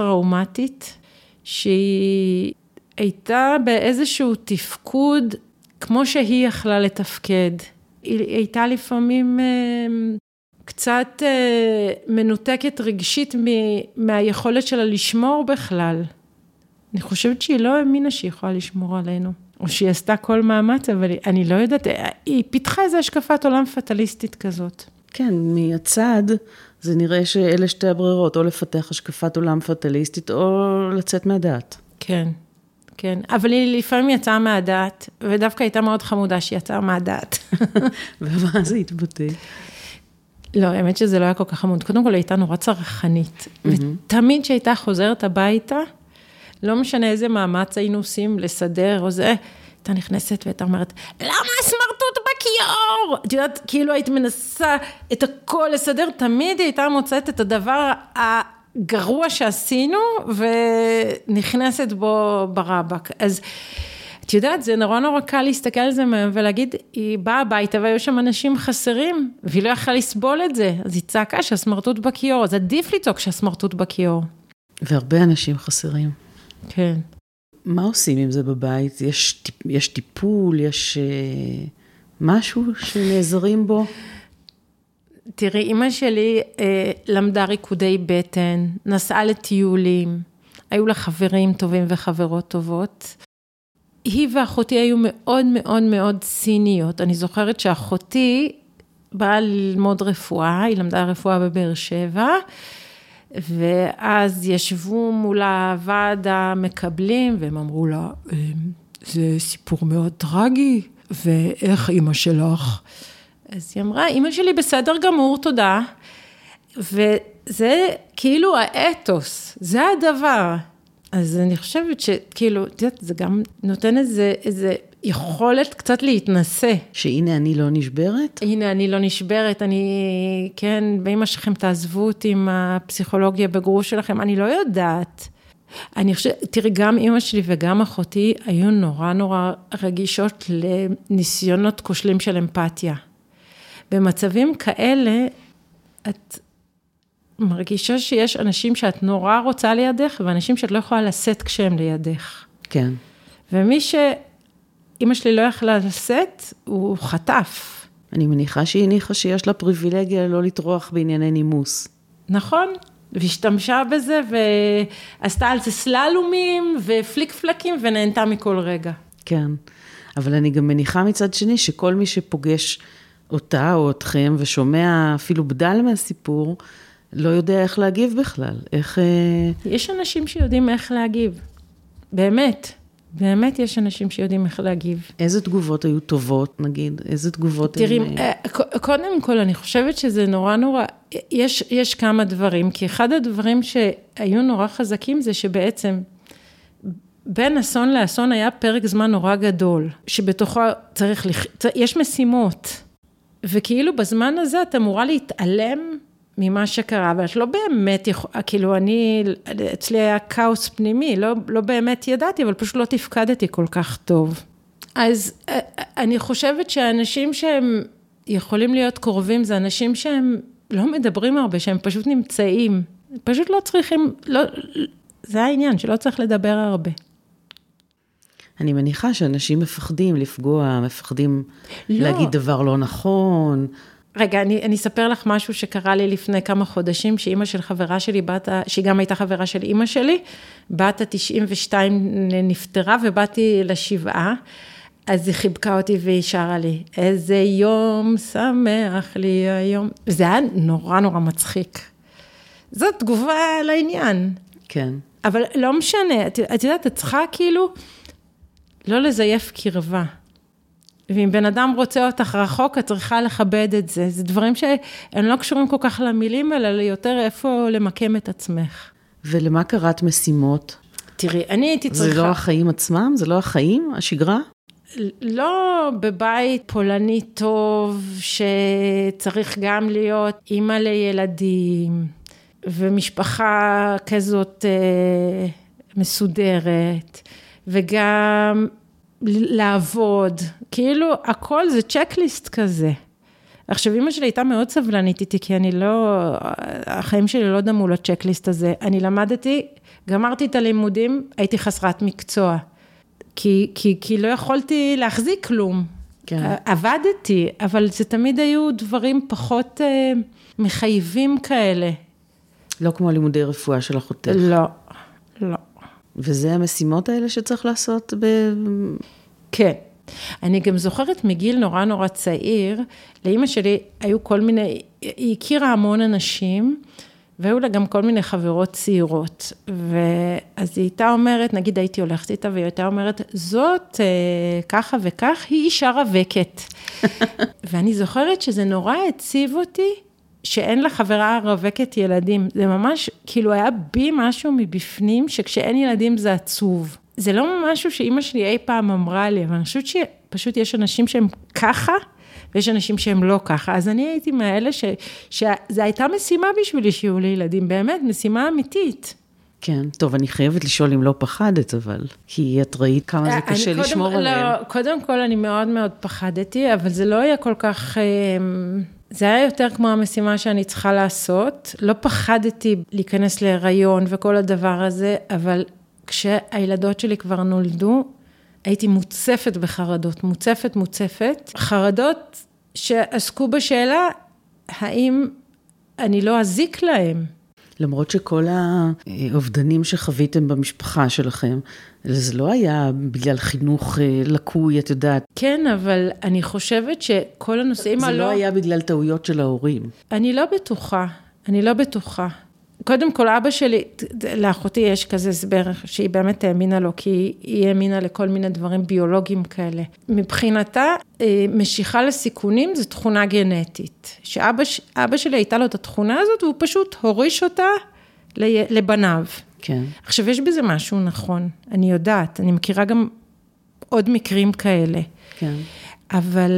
פוסט-טראומטית, שהיא הייתה באיזשהו תפקוד כמו שהיא יכלה לתפקד. היא הייתה לפעמים קצת מנותקת רגשית מהיכולת שלה לשמור בכלל. אני חושבת שהיא לא האמינה שהיא יכולה לשמור עלינו, או שהיא עשתה כל מאמץ, אבל אני לא יודעת, היא פיתחה איזו השקפת עולם פטליסטית כזאת. כן, מהצד זה נראה שאלה שתי הברירות, או לפתח השקפת עולם פטליסטית, או לצאת מהדעת. כן, כן, אבל היא לפעמים יצאה מהדעת, ודווקא הייתה מאוד חמודה שהיא יצאה מהדעת. ומה זה התבטא? לא, האמת שזה לא היה כל כך חמוד. קודם כל, הייתה נורא צרכנית, ותמיד שהייתה חוזרת הביתה, לא משנה איזה מאמץ היינו עושים לסדר או זה, הייתה נכנסת והייתה אומרת, למה הסמרטוט בכיור? את יודעת, כאילו היית מנסה את הכל לסדר, תמיד היא הייתה מוצאת את הדבר הגרוע שעשינו, ונכנסת בו ברבק. אז את יודעת, זה נורא נורא קל להסתכל על זה, ולהגיד, היא באה הביתה, והיו שם אנשים חסרים, והיא לא יכלה לסבול את זה, אז היא צעקה שהסמרטוט בכיור, אז עדיף לצעוק שהסמרטוט בכיור. והרבה אנשים חסרים. כן. מה עושים עם זה בבית? יש, יש טיפול, יש אה, משהו שנעזרים בו? תראי, אמא שלי אה, למדה ריקודי בטן, נסעה לטיולים, היו לה חברים טובים וחברות טובות. היא ואחותי היו מאוד מאוד מאוד סיניות. אני זוכרת שאחותי באה ללמוד רפואה, היא למדה רפואה בבאר שבע, ואז ישבו מול הוועד המקבלים, והם אמרו לה, זה סיפור מאוד טרגי, ואיך אמא שלך? אז היא אמרה, אמא שלי בסדר גמור, תודה, וזה כאילו האתוס, זה הדבר. אז אני חושבת שכאילו, זה גם נותן איזה, איזה יכולת קצת להתנסה. שהנה אני לא נשברת? הנה אני לא נשברת, אני, כן, באמא שלכם תעזבו אותי עם הפסיכולוגיה בגרוש שלכם, אני לא יודעת. אני חושבת, תראי, גם אמא שלי וגם אחותי היו נורא נורא רגישות לניסיונות כושלים של אמפתיה. במצבים כאלה, את מרגישה שיש אנשים שאת נורא רוצה לידך, ואנשים שאת לא יכולה לשאת כשהם לידך. כן. ומי שאמא שלי לא יכלה לשאת, הוא חטף. אני מניחה שהיא הניחה שיש לה פריבילגיה לא לטרוח בענייני נימוס. נכון, והשתמשה בזה, ועשתה על זה סללומים, ופליק פלקים, ונהנתה מכל רגע. כן, אבל אני גם מניחה מצד שני, שכל מי שפוגש אותה או אתכם, ושומע אפילו בדל מהסיפור, לא יודע איך להגיב בכלל, איך... יש אנשים שיודעים איך להגיב, באמת, באמת יש אנשים שיודעים איך להגיב. איזה תגובות היו טובות, נגיד? איזה תגובות... תראי, הם... קודם כל, אני חושבת שזה נורא נורא, יש, יש כמה דברים, כי אחד הדברים שהיו נורא חזקים, זה שבעצם, בין אסון לאסון היה פרק זמן נורא גדול, שבתוכו צריך, לח... יש משימות, וכאילו בזמן הזה את אמורה להתעלם, ממה שקרה, אבל את לא באמת, כאילו אני, אצלי היה כאוס פנימי, לא, לא באמת ידעתי, אבל פשוט לא תפקדתי כל כך טוב. אז אני חושבת שהאנשים שהם יכולים להיות קרובים, זה אנשים שהם לא מדברים הרבה, שהם פשוט נמצאים, פשוט לא צריכים, לא, זה העניין, שלא צריך לדבר הרבה. אני מניחה שאנשים מפחדים לפגוע, מפחדים לא. להגיד דבר לא נכון, רגע, אני, אני אספר לך משהו שקרה לי לפני כמה חודשים, שאימא של חברה שלי, בת, שהיא גם הייתה חברה של אימא שלי, בת ה-תשעים ושתיים נפטרה, ובאתי לשבעה, אז היא חיבקה אותי והיא שרה לי, איזה יום שמח לי היום. זה היה נורא נורא מצחיק. זאת תגובה לעניין. כן. אבל לא משנה, את, את יודעת, את צריכה כאילו לא לזייף קרבה. ואם בן אדם רוצה אותך רחוק, את צריכה לכבד את זה. זה דברים שהם לא קשורים כל כך למילים, אלא יותר איפה למקם את עצמך. ולמה קראת משימות? תראי, אני הייתי צריכה... זה לא החיים עצמם? זה לא החיים, השגרה? לא בבית פולני טוב, שצריך גם להיות אימא לילדים, ומשפחה כזאת אה, מסודרת, וגם... לעבוד, כאילו הכל זה צ'קליסט כזה. עכשיו אמא שלי הייתה מאוד סבלנית איתי, כי אני לא, החיים שלי לא דמו לצ'קליסט הזה. אני למדתי, גמרתי את הלימודים, הייתי חסרת מקצוע. כי, כי, כי לא יכולתי להחזיק כלום. כן. עבדתי, אבל זה תמיד היו דברים פחות אה, מחייבים כאלה. לא כמו לימודי רפואה של אחותך. לא, לא. וזה המשימות האלה שצריך לעשות ב... כן. אני גם זוכרת מגיל נורא נורא צעיר, לאמא שלי היו כל מיני, היא הכירה המון אנשים, והיו לה גם כל מיני חברות צעירות, ואז היא הייתה אומרת, נגיד הייתי הולכת איתה, והיא הייתה אומרת, זאת ככה וכך, היא אישה רווקת. ואני זוכרת שזה נורא הציב אותי, שאין לה חברה רווקת ילדים. זה ממש, כאילו היה בי משהו מבפנים, שכשאין ילדים זה עצוב. זה לא משהו שאמא שלי אי פעם אמרה לי, אבל אני חושבת שפשוט יש אנשים שהם ככה, ויש אנשים שהם לא ככה. אז אני הייתי מאלה ש... שזה הייתה משימה בשבילי שיהיו לי ילדים, באמת, משימה אמיתית. כן, טוב, אני חייבת לשאול אם לא פחדת, אבל, כי את ראית כמה זה קשה לשמור עליהם. לא, קודם כל אני מאוד מאוד פחדתי, אבל זה לא היה כל כך... זה היה יותר כמו המשימה שאני צריכה לעשות. לא פחדתי להיכנס להיריון וכל הדבר הזה, אבל כשהילדות שלי כבר נולדו, הייתי מוצפת בחרדות, מוצפת, מוצפת. חרדות שעסקו בשאלה, האם אני לא אזיק להם? למרות שכל האובדנים שחוויתם במשפחה שלכם, זה לא היה בגלל חינוך לקוי, את יודעת. כן, אבל אני חושבת שכל הנושאים הלא... זה לא היה בגלל טעויות של ההורים. אני לא בטוחה, אני לא בטוחה. קודם כל, אבא שלי, לאחותי יש כזה הסבר, שהיא באמת האמינה לו, כי היא האמינה לכל מיני דברים ביולוגיים כאלה. מבחינתה, משיכה לסיכונים זו תכונה גנטית. שאבא אבא שלי הייתה לו את התכונה הזאת, והוא פשוט הוריש אותה לבניו. כן. עכשיו, יש בזה משהו נכון, אני יודעת, אני מכירה גם עוד מקרים כאלה. כן. אבל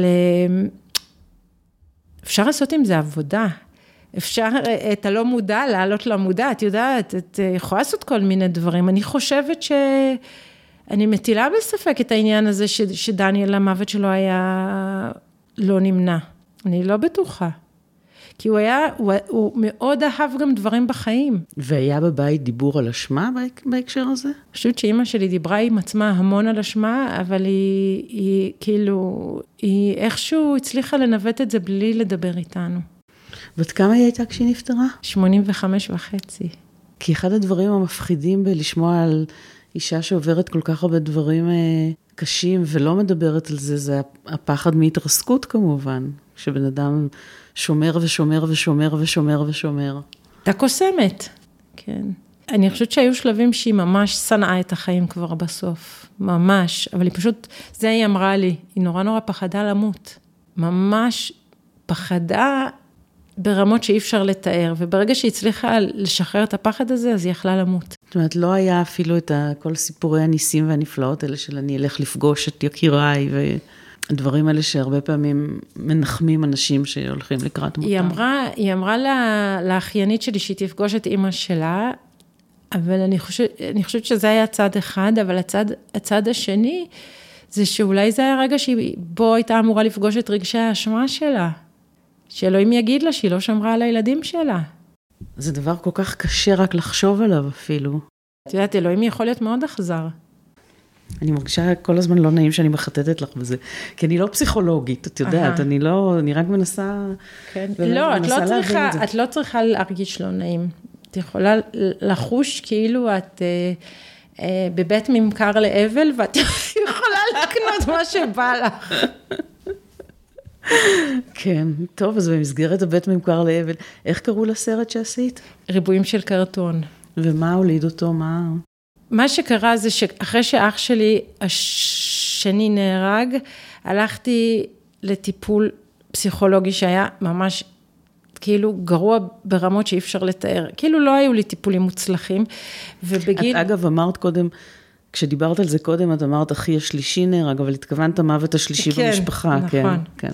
אפשר לעשות עם זה עבודה. אפשר את הלא מודע, לעלות למודע, את יודעת, את יכולה לעשות כל מיני דברים. אני חושבת שאני מטילה בספק את העניין הזה ש, שדניאל המוות שלו היה לא נמנע. אני לא בטוחה. כי הוא היה, הוא, הוא מאוד אהב גם דברים בחיים. והיה בבית דיבור על אשמה בהקשר הזה? אני חושבת שאמא שלי דיברה עם עצמה המון על אשמה, אבל היא, היא כאילו, היא איכשהו הצליחה לנווט את זה בלי לדבר איתנו. ואת כמה היא הייתה כשהיא נפטרה? שמונים וחמש וחצי. כי אחד הדברים המפחידים בלשמוע על אישה שעוברת כל כך הרבה דברים קשים ולא מדברת על זה, זה הפחד מהתרסקות כמובן, שבן אדם שומר ושומר ושומר ושומר ושומר. אתה קוסמת, כן. אני חושבת שהיו שלבים שהיא ממש שנאה את החיים כבר בסוף, ממש, אבל היא פשוט, זה היא אמרה לי, היא נורא נורא פחדה למות, ממש פחדה, ברמות שאי אפשר לתאר, וברגע שהיא הצליחה לשחרר את הפחד הזה, אז היא יכלה למות. זאת אומרת, לא היה אפילו את כל סיפורי הניסים והנפלאות האלה של אני אלך לפגוש את יקיריי, והדברים האלה שהרבה פעמים מנחמים אנשים שהולכים לקראת מותם. היא אמרה, היא אמרה לה, לאחיינית שלי שהיא תפגוש את אמא שלה, אבל אני חושבת, אני חושבת שזה היה צד אחד, אבל הצד, הצד השני, זה שאולי זה היה רגע שבו הייתה אמורה לפגוש את רגשי האשמה שלה. שאלוהים יגיד לה שהיא לא שמרה על הילדים שלה. זה דבר כל כך קשה רק לחשוב עליו אפילו. את יודעת, אלוהים יכול להיות מאוד אכזר. אני מרגישה כל הזמן לא נעים שאני מחטטת לך בזה, כי אני לא פסיכולוגית, את יודעת, אני לא, אני רק מנסה... כן. לא, את לא צריכה, את לא צריכה להרגיש לא נעים. את יכולה לחוש כאילו את בבית ממכר לאבל, ואת יכולה לקנות מה שבא לך. כן, טוב, אז במסגרת הבית ממכר לאבל, איך קראו לסרט שעשית? ריבועים של קרטון. ומה הוליד אותו? מה? מה שקרה זה שאחרי שאח שלי השני נהרג, הלכתי לטיפול פסיכולוגי שהיה ממש כאילו גרוע ברמות שאי אפשר לתאר. כאילו לא היו לי טיפולים מוצלחים, ובגיל... את אגב אמרת קודם, כשדיברת על זה קודם, את אמרת, אחי השלישי נהרג, אבל התכוונת מוות השלישי כן, במשפחה. נכון. כן, כן.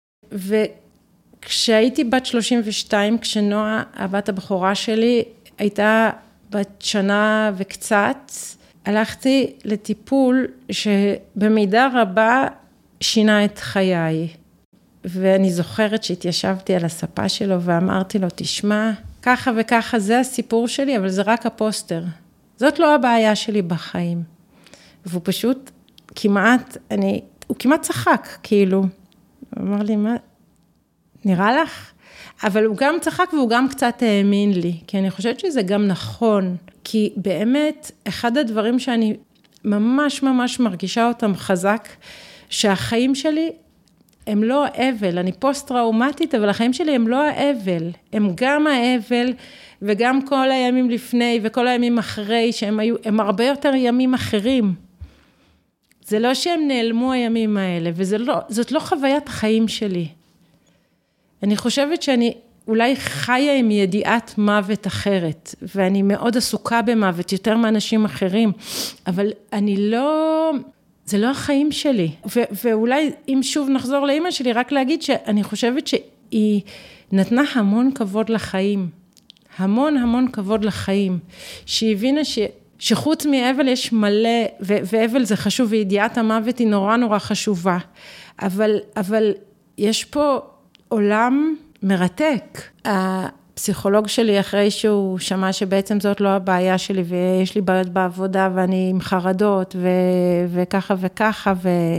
וכשהייתי בת שלושים ושתיים, כשנועה, הבת הבכורה שלי, הייתה בת שנה וקצת, הלכתי לטיפול שבמידה רבה שינה את חיי. ואני זוכרת שהתיישבתי על הספה שלו ואמרתי לו, תשמע, ככה וככה זה הסיפור שלי, אבל זה רק הפוסטר. זאת לא הבעיה שלי בחיים. והוא פשוט כמעט, אני, הוא כמעט צחק, כאילו, הוא אמר לי, מה, נראה לך? אבל הוא גם צחק והוא גם קצת האמין לי, כי אני חושבת שזה גם נכון, כי באמת, אחד הדברים שאני ממש ממש מרגישה אותם חזק, שהחיים שלי הם לא האבל, אני פוסט-טראומטית, אבל החיים שלי הם לא האבל, הם גם האבל, וגם כל הימים לפני וכל הימים אחרי, שהם היו, הם הרבה יותר ימים אחרים. זה לא שהם נעלמו הימים האלה, וזאת לא חוויית החיים שלי. אני חושבת שאני אולי חיה עם ידיעת מוות אחרת, ואני מאוד עסוקה במוות, יותר מאנשים אחרים, אבל אני לא, זה לא החיים שלי. ו- ואולי אם שוב נחזור לאמא שלי, רק להגיד שאני חושבת שהיא נתנה המון כבוד לחיים, המון המון כבוד לחיים, שהיא הבינה ש... שחוץ מאבל יש מלא, ו- ואבל זה חשוב, וידיעת המוות היא נורא נורא חשובה, אבל, אבל יש פה עולם מרתק. הפסיכולוג שלי, אחרי שהוא שמע שבעצם זאת לא הבעיה שלי, ויש לי בעיות בעבודה, ואני עם חרדות, ו- וככה וככה,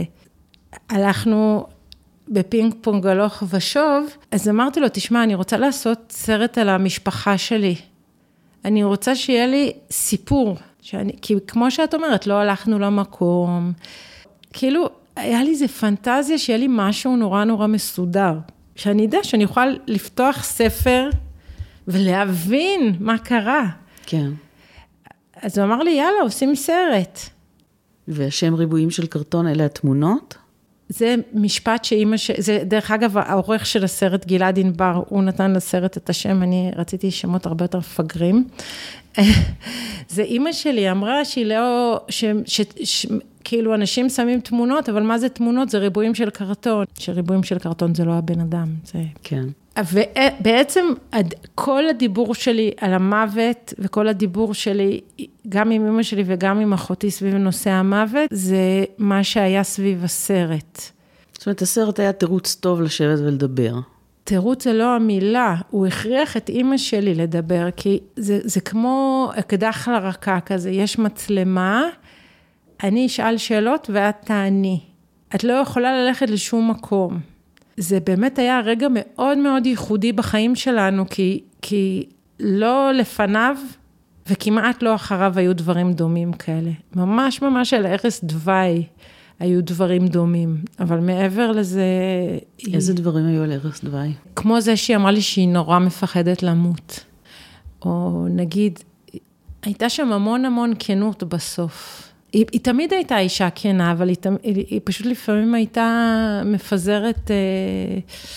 והלכנו בפינג פונג הלוך ושוב, אז אמרתי לו, תשמע, אני רוצה לעשות סרט על המשפחה שלי. אני רוצה שיהיה לי סיפור, שאני, כי כמו שאת אומרת, לא הלכנו למקום, כאילו, היה לי איזה פנטזיה שיהיה לי משהו נורא נורא מסודר, שאני יודע שאני אוכל לפתוח ספר, ולהבין מה קרה. כן. אז הוא אמר לי, יאללה, עושים סרט. והשם ריבועים של קרטון, אלה התמונות? זה משפט שאימא, ש... זה דרך אגב, העורך של הסרט, גלעד ענבר, הוא נתן לסרט את השם, אני רציתי שמות הרבה יותר מפגרים. זה אימא שלי, אמרה שהיא לא, ש... ש... ש... כאילו אנשים שמים תמונות, אבל מה זה תמונות? זה ריבועים של קרטון. שריבועים של קרטון זה לא הבן אדם. זה... כן. ובעצם כל הדיבור שלי על המוות, וכל הדיבור שלי, גם עם אמא שלי וגם עם אחותי סביב נושא המוות, זה מה שהיה סביב הסרט. זאת אומרת, הסרט היה תירוץ טוב לשבת ולדבר. תירוץ זה לא המילה, הוא הכריח את אמא שלי לדבר, כי זה, זה כמו אקדח לרקה כזה, יש מצלמה, אני אשאל שאלות ואת תעני. את לא יכולה ללכת לשום מקום. זה באמת היה רגע מאוד מאוד ייחודי בחיים שלנו, כי, כי לא לפניו וכמעט לא אחריו היו דברים דומים כאלה. ממש ממש על ערש דווי היו דברים דומים, אבל מעבר לזה... איזה היא... דברים היו על ערש דווי? כמו זה שהיא אמרה לי שהיא נורא מפחדת למות. או נגיד, הייתה שם המון המון כנות בסוף. היא, היא תמיד הייתה אישה כנה, אבל היא, היא, היא פשוט לפעמים הייתה מפזרת אה,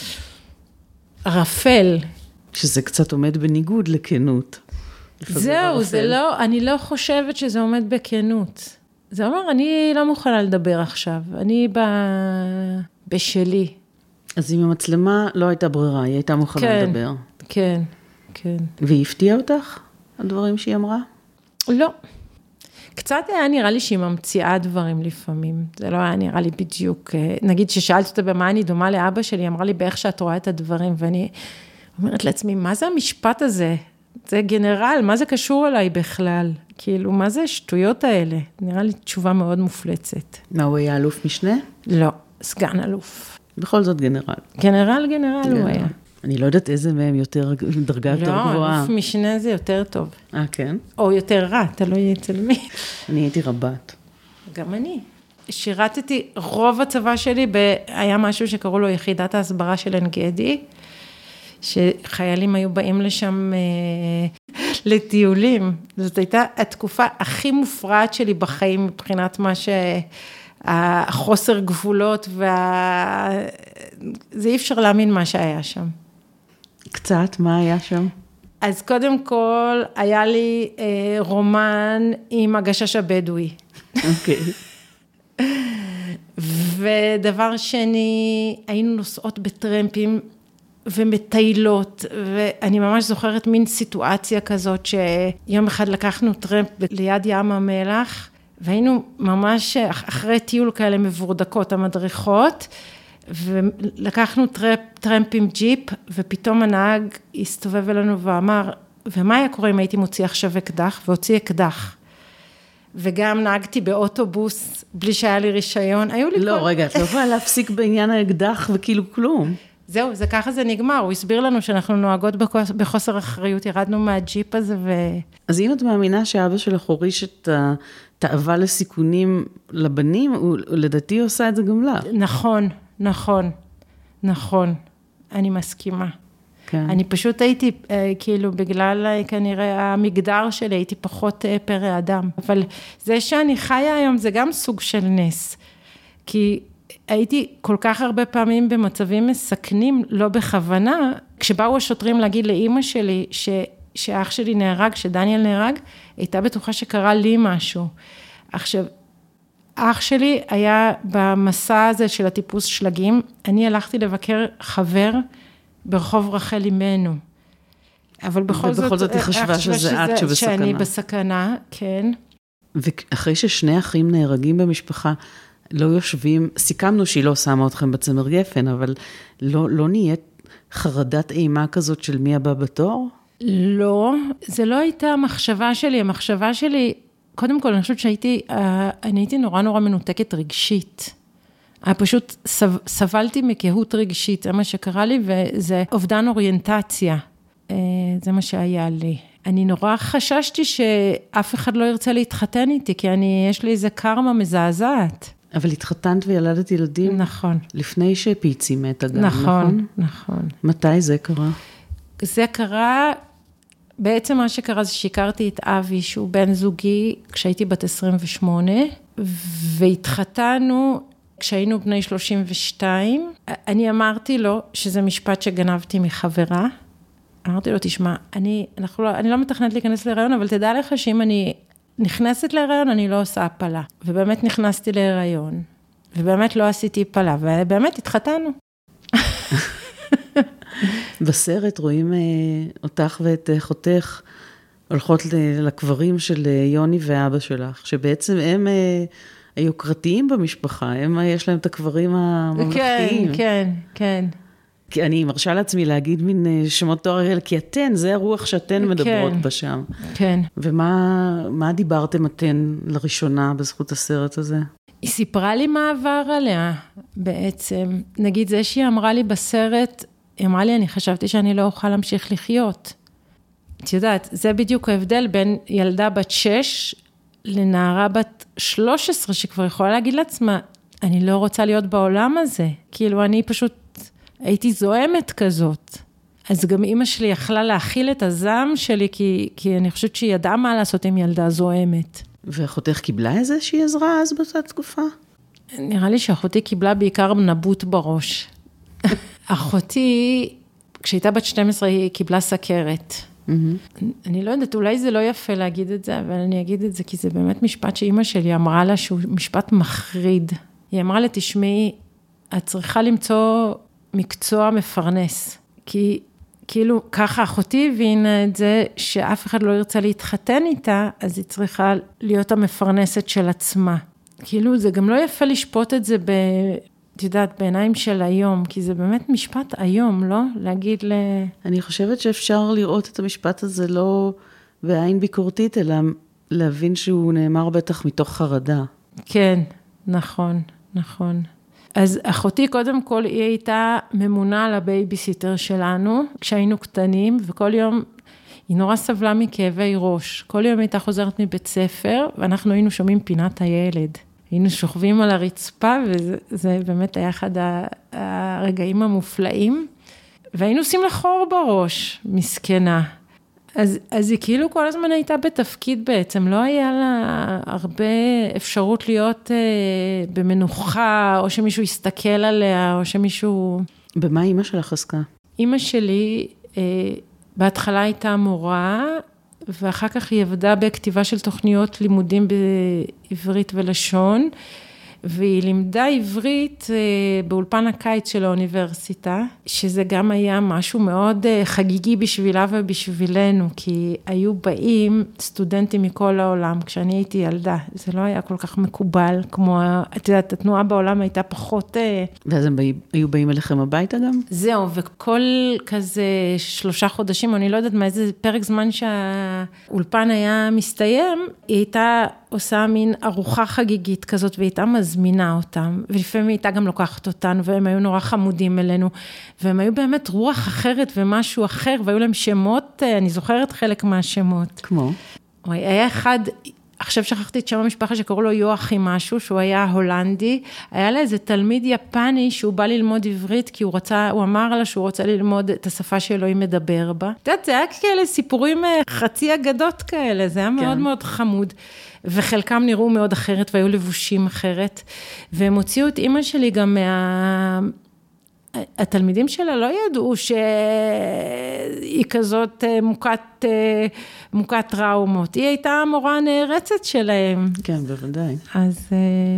רפל. שזה קצת עומד בניגוד לכנות. זהו, זה לא, אני לא חושבת שזה עומד בכנות. זה אומר, אני לא מוכנה לדבר עכשיו, אני ב, בשלי. אז עם המצלמה לא הייתה ברירה, היא הייתה מוכנה כן, לדבר. כן, כן. והיא הפתיעה אותך, הדברים שהיא אמרה? לא. קצת היה נראה לי שהיא ממציאה דברים לפעמים, זה לא היה נראה לי בדיוק, נגיד ששאלת אותה במה אני דומה לאבא שלי, היא אמרה לי באיך שאת רואה את הדברים, ואני אומרת לעצמי, מה זה המשפט הזה? זה גנרל, מה זה קשור אליי בכלל? כאילו, מה זה השטויות האלה? נראה לי תשובה מאוד מופלצת. מה, הוא היה אלוף משנה? לא, סגן אלוף. בכל זאת גנרל. גנרל, גנרל הוא היה. אני לא יודעת איזה מהם יותר, דרגה יותר גבוהה. לא, אלוף משנה זה יותר טוב. אה, כן? או יותר רע, תלוי אצל מי. אני הייתי רבת. גם אני. שירתתי, רוב הצבא שלי, היה משהו שקראו לו יחידת ההסברה של עין גדי, שחיילים היו באים לשם לטיולים. זאת הייתה התקופה הכי מופרעת שלי בחיים, מבחינת מה שהחוסר גבולות, וה... זה אי אפשר להאמין מה שהיה שם. קצת, מה היה שם? אז קודם כל, היה לי אה, רומן עם הגשש הבדואי. אוקיי. ודבר שני, היינו נוסעות בטרמפים ומטיילות, ואני ממש זוכרת מין סיטואציה כזאת, שיום אחד לקחנו טרמפ ליד ים המלח, והיינו ממש אחרי טיול כאלה מבורדקות, המדריכות, ולקחנו טרמפ, טרמפ עם ג'יפ, ופתאום הנהג הסתובב אלינו ואמר, ומה היה קורה אם הייתי מוציא עכשיו אקדח? והוציא אקדח. וגם נהגתי באוטובוס בלי שהיה לי רישיון, היו לי לא, כל... רגע, את לא יכולה להפסיק בעניין האקדח וכאילו כלום. זהו, זה ככה זה נגמר, הוא הסביר לנו שאנחנו נוהגות בחוסר אחריות, ירדנו מהג'יפ הזה ו... אז אם את מאמינה שאבא שלך הוריש את התאווה לסיכונים לבנים, הוא לדעתי עושה את זה גם לה. נכון, נכון, נכון, אני מסכימה. כן. אני פשוט הייתי, כאילו, בגלל כנראה המגדר שלי, הייתי פחות פרא אדם. אבל זה שאני חיה היום, זה גם סוג של נס. כי הייתי כל כך הרבה פעמים במצבים מסכנים, לא בכוונה, כשבאו השוטרים להגיד לאמא שלי, ש, שאח שלי נהרג, שדניאל נהרג, הייתה בטוחה שקרה לי משהו. עכשיו, אח שלי היה במסע הזה של הטיפוס שלגים, אני הלכתי לבקר חבר, ברחוב רחל אימנו. אבל בכל זאת... ובכל זאת היא חשבה שזה את שבסכנה. שאני בסכנה, כן. ואחרי ששני אחים נהרגים במשפחה, לא יושבים, סיכמנו שהיא לא שמה אתכם בצמר גפן, אבל לא, לא נהיית חרדת אימה כזאת של מי הבא בתור? לא, זה לא הייתה המחשבה שלי. המחשבה שלי, קודם כל, אני חושבת שהייתי, אני הייתי נורא נורא מנותקת רגשית. פשוט סבלתי מקהות רגשית, זה מה שקרה לי, וזה אובדן אוריינטציה, זה מה שהיה לי. אני נורא חששתי שאף אחד לא ירצה להתחתן איתי, כי אני, יש לי איזה קרמה מזעזעת. אבל התחתנת וילדת ילדים? נכון. לפני שפיצי מתה גם, נכון? נכון, נכון. מתי זה קרה? זה קרה, בעצם מה שקרה זה שהכרתי את אבי, שהוא בן זוגי, כשהייתי בת עשרים ושמונה, והתחתנו כשהיינו בני שלושים ושתיים, אני אמרתי לו שזה משפט שגנבתי מחברה, אמרתי לו, תשמע, אני, אנחנו לא, אני לא מתכנת להיכנס להיריון, אבל תדע לך שאם אני נכנסת להיריון, אני לא עושה הפלה. ובאמת נכנסתי להיריון, ובאמת לא עשיתי הפלה, ובאמת התחתנו. בסרט רואים אותך ואת אחותך, הולכות לקברים של יוני ואבא שלך, שבעצם הם היוקרתיים במשפחה, הם יש להם את הקברים הממלכתיים. כן, כן, כן. כי אני מרשה לעצמי להגיד מין שמות תואר, כי אתן, זה הרוח שאתן מדברות כן, בשם. כן. ומה מה דיברתם אתן לראשונה בזכות הסרט הזה? היא סיפרה לי מה עבר עליה בעצם. נגיד זה שהיא אמרה לי בסרט, היא אמרה לי, אני חשבתי שאני לא אוכל להמשיך לחיות. את יודעת, זה בדיוק ההבדל בין ילדה בת שש לנערה בת שלוש עשרה, שכבר יכולה להגיד לעצמה, אני לא רוצה להיות בעולם הזה. כאילו אני פשוט הייתי זוהמת כזאת. אז גם אמא שלי יכלה להכיל את הזעם שלי, כי, כי אני חושבת שהיא ידעה מה לעשות עם ילדה זוהמת. ואחותך קיבלה איזושהי עזרה אז באותה תקופה? נראה לי שאחותי קיבלה בעיקר נבוט בראש. אחותי, כשהייתה בת שתים עשרה, היא קיבלה סכרת. Mm-hmm. אני לא יודעת, אולי זה לא יפה להגיד את זה, אבל אני אגיד את זה, כי זה באמת משפט שאמא שלי אמרה לה, שהוא משפט מחריד. היא אמרה לה, תשמעי, את צריכה למצוא מקצוע מפרנס. כי כאילו, ככה אחותי הבינה את זה, שאף אחד לא ירצה להתחתן איתה, אז היא צריכה להיות המפרנסת של עצמה. כאילו, זה גם לא יפה לשפוט את זה ב... את יודעת, בעיניים של היום, כי זה באמת משפט היום, לא? להגיד ל... אני חושבת שאפשר לראות את המשפט הזה לא בעין ביקורתית, אלא להבין שהוא נאמר בטח מתוך חרדה. כן, נכון, נכון. אז אחותי קודם כל היא הייתה ממונה על הבייביסיטר שלנו, כשהיינו קטנים, וכל יום היא נורא סבלה מכאבי ראש. כל יום הייתה חוזרת מבית ספר, ואנחנו היינו שומעים פינת הילד. היינו שוכבים על הרצפה, וזה באמת היה אחד הרגעים המופלאים, והיינו עושים לה חור בראש, מסכנה. אז, אז היא כאילו כל הזמן הייתה בתפקיד בעצם, לא היה לה הרבה אפשרות להיות אה, במנוחה, או שמישהו יסתכל עליה, או שמישהו... במה אמא שלך עסקה? אמא שלי אה, בהתחלה הייתה מורה, ואחר כך היא עבדה בכתיבה של תוכניות לימודים בעברית ולשון, והיא לימדה עברית באולפן הקיץ של האוניברסיטה, שזה גם היה משהו מאוד חגיגי בשבילה ובשבילנו, כי היו באים סטודנטים מכל העולם, כשאני הייתי ילדה, זה לא היה כל כך מקובל, כמו, את יודעת, התנועה בעולם הייתה פחות... ואז הם היו באים אליכם הביתה גם? זהו, וכל כזה שלושה חודשים, אני לא יודעת מה, איזה פרק זמן שהאולפן היה מסתיים, היא הייתה עושה מין ארוחה חגיגית כזאת, והיא הייתה מזמינה אותם, ולפעמים היא הייתה גם לוקחת אותנו, והם היו נורא חמודים אלינו, והם היו באמת רוח אחרת ומשהו אחר, והיו להם שמות, אני זוכרת חלק מהשמות. כמו? היה אחד... עכשיו שכחתי את שם המשפחה שקראו לו יואכי משהו, שהוא היה הולנדי, היה לה איזה תלמיד יפני שהוא בא ללמוד עברית, כי הוא רצה, הוא אמר לה שהוא רוצה ללמוד את השפה שאלוהים מדבר בה. את יודעת, זה היה כאלה סיפורים חצי אגדות כאלה, זה היה כן. מאוד מאוד חמוד, וחלקם נראו מאוד אחרת, והיו לבושים אחרת, והם הוציאו את אמא שלי גם מה... התלמידים שלה לא ידעו שהיא כזאת מוכת, מוכת טראומות. היא הייתה המורה הנערצת שלהם. כן, בוודאי. אז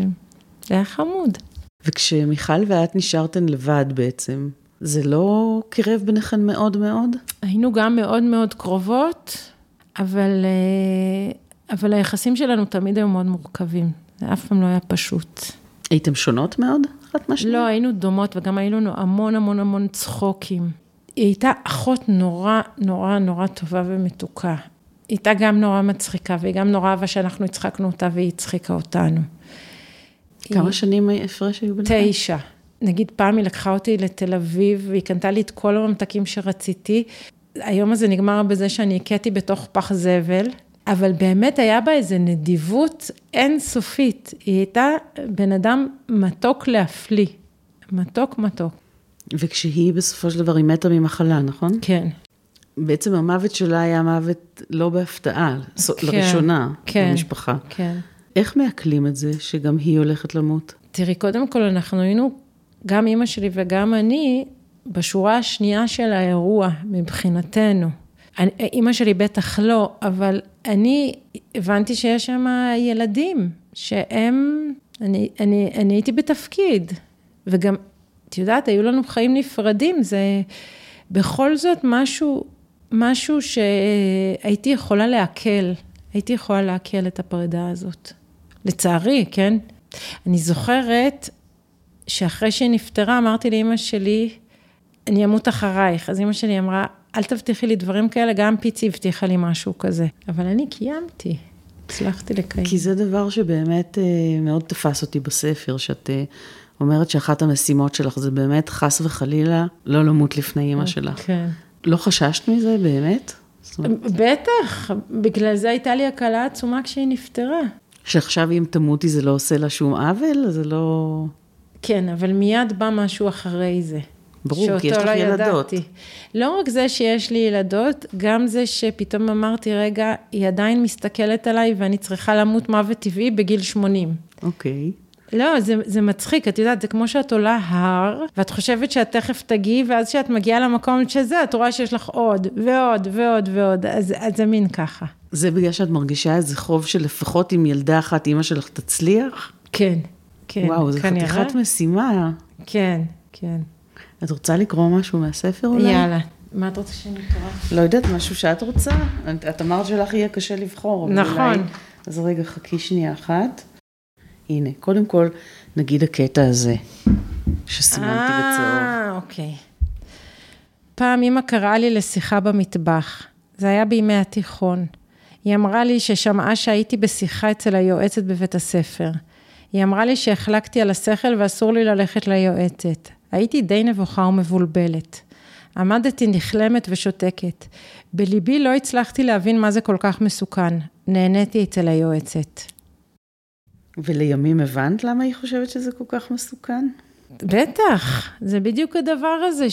זה היה חמוד. וכשמיכל ואת נשארתן לבד בעצם, זה לא קירב ביניכן מאוד מאוד? היינו גם מאוד מאוד קרובות, אבל, אבל היחסים שלנו תמיד היו מאוד מורכבים. זה אף פעם לא היה פשוט. הייתם שונות מאוד? אחת מהשנייה? לא, היינו דומות, וגם היינו לנו המון המון המון צחוקים. היא הייתה אחות נורא, נורא, נורא טובה ומתוקה. היא הייתה גם נורא מצחיקה, והיא גם נורא אהבה שאנחנו הצחקנו אותה, והיא הצחיקה אותנו. כמה היא... שנים הפרש היו ביניכם? תשע. נגיד פעם היא לקחה אותי לתל אביב, והיא קנתה לי את כל הממתקים שרציתי. היום הזה נגמר בזה שאני הכיתי בתוך פח זבל, אבל באמת היה בה איזו נדיבות אינסופית. היא הייתה בן אדם מתוק להפליא. מתוק, מתוק. וכשהיא בסופו של דבר היא מתה ממחלה, נכון? כן. בעצם המוות שלה היה מוות לא בהפתעה, כן, לראשונה, כן, במשפחה. כן. איך מעכלים את זה שגם היא הולכת למות? תראי, קודם כל אנחנו היינו, גם אמא שלי וגם אני, בשורה השנייה של האירוע מבחינתנו. אמא שלי בטח לא, אבל אני הבנתי שיש שם ילדים, שהם, אני, אני, אני הייתי בתפקיד, וגם, את יודעת, היו לנו חיים נפרדים, זה בכל זאת משהו, משהו שהייתי יכולה להקל, הייתי יכולה להקל את הפרידה הזאת. לצערי, כן? אני זוכרת שאחרי שהיא נפטרה, אמרתי לאמא שלי, אני אמות אחרייך, אז אמא שלי אמרה, אל תבטיחי לי דברים כאלה, גם פיצי הבטיחה לי משהו כזה. אבל אני קיימתי, הצלחתי לקיים. כי זה דבר שבאמת מאוד תפס אותי בספר, שאת אומרת שאחת המשימות שלך זה באמת חס וחלילה, לא למות לפני אמא שלך. כן. לא חששת מזה באמת? בטח, בגלל זה הייתה לי הקלה עצומה כשהיא נפטרה. שעכשיו אם תמותי זה לא עושה לה שום עוול, זה לא... כן, אבל מיד בא משהו אחרי זה. ברור, כי יש לך לא ילדות. ידעתי. לא רק זה שיש לי ילדות, גם זה שפתאום אמרתי, רגע, היא עדיין מסתכלת עליי, ואני צריכה למות מוות טבעי בגיל שמונים. אוקיי. לא, זה, זה מצחיק, את יודעת, זה כמו שאת עולה הר, ואת חושבת שאת תכף תגיעי, ואז שאת מגיעה למקום שזה, את רואה שיש לך עוד, ועוד, ועוד, ועוד, אז, אז זה מין ככה. זה בגלל שאת מרגישה איזה חוב שלפחות עם ילדה אחת, אמא שלך תצליח? כן, כן. וואו, זה כנראה. חתיכת משימה. כן, כן. את רוצה לקרוא משהו מהספר אולי? יאללה. מה את רוצה שנקרא? לא יודעת, משהו שאת רוצה. את אמרת שלך יהיה קשה לבחור. נכון. אולי... אז רגע, חכי שנייה אחת. הנה, קודם כל, נגיד הקטע הזה, שסימנתי בצהוב. אה, אוקיי. פעם אמא קראה לי לשיחה במטבח. זה היה בימי התיכון. היא אמרה לי ששמעה שהייתי בשיחה אצל היועצת בבית הספר. היא אמרה לי שהחלקתי על השכל ואסור לי ללכת ליועצת. הייתי די נבוכה ומבולבלת. עמדתי נכלמת ושותקת. בליבי לא הצלחתי להבין מה זה כל כך מסוכן. נהניתי אצל היועצת. ולימים הבנת למה היא חושבת שזה כל כך מסוכן? בטח, זה בדיוק הדבר הזה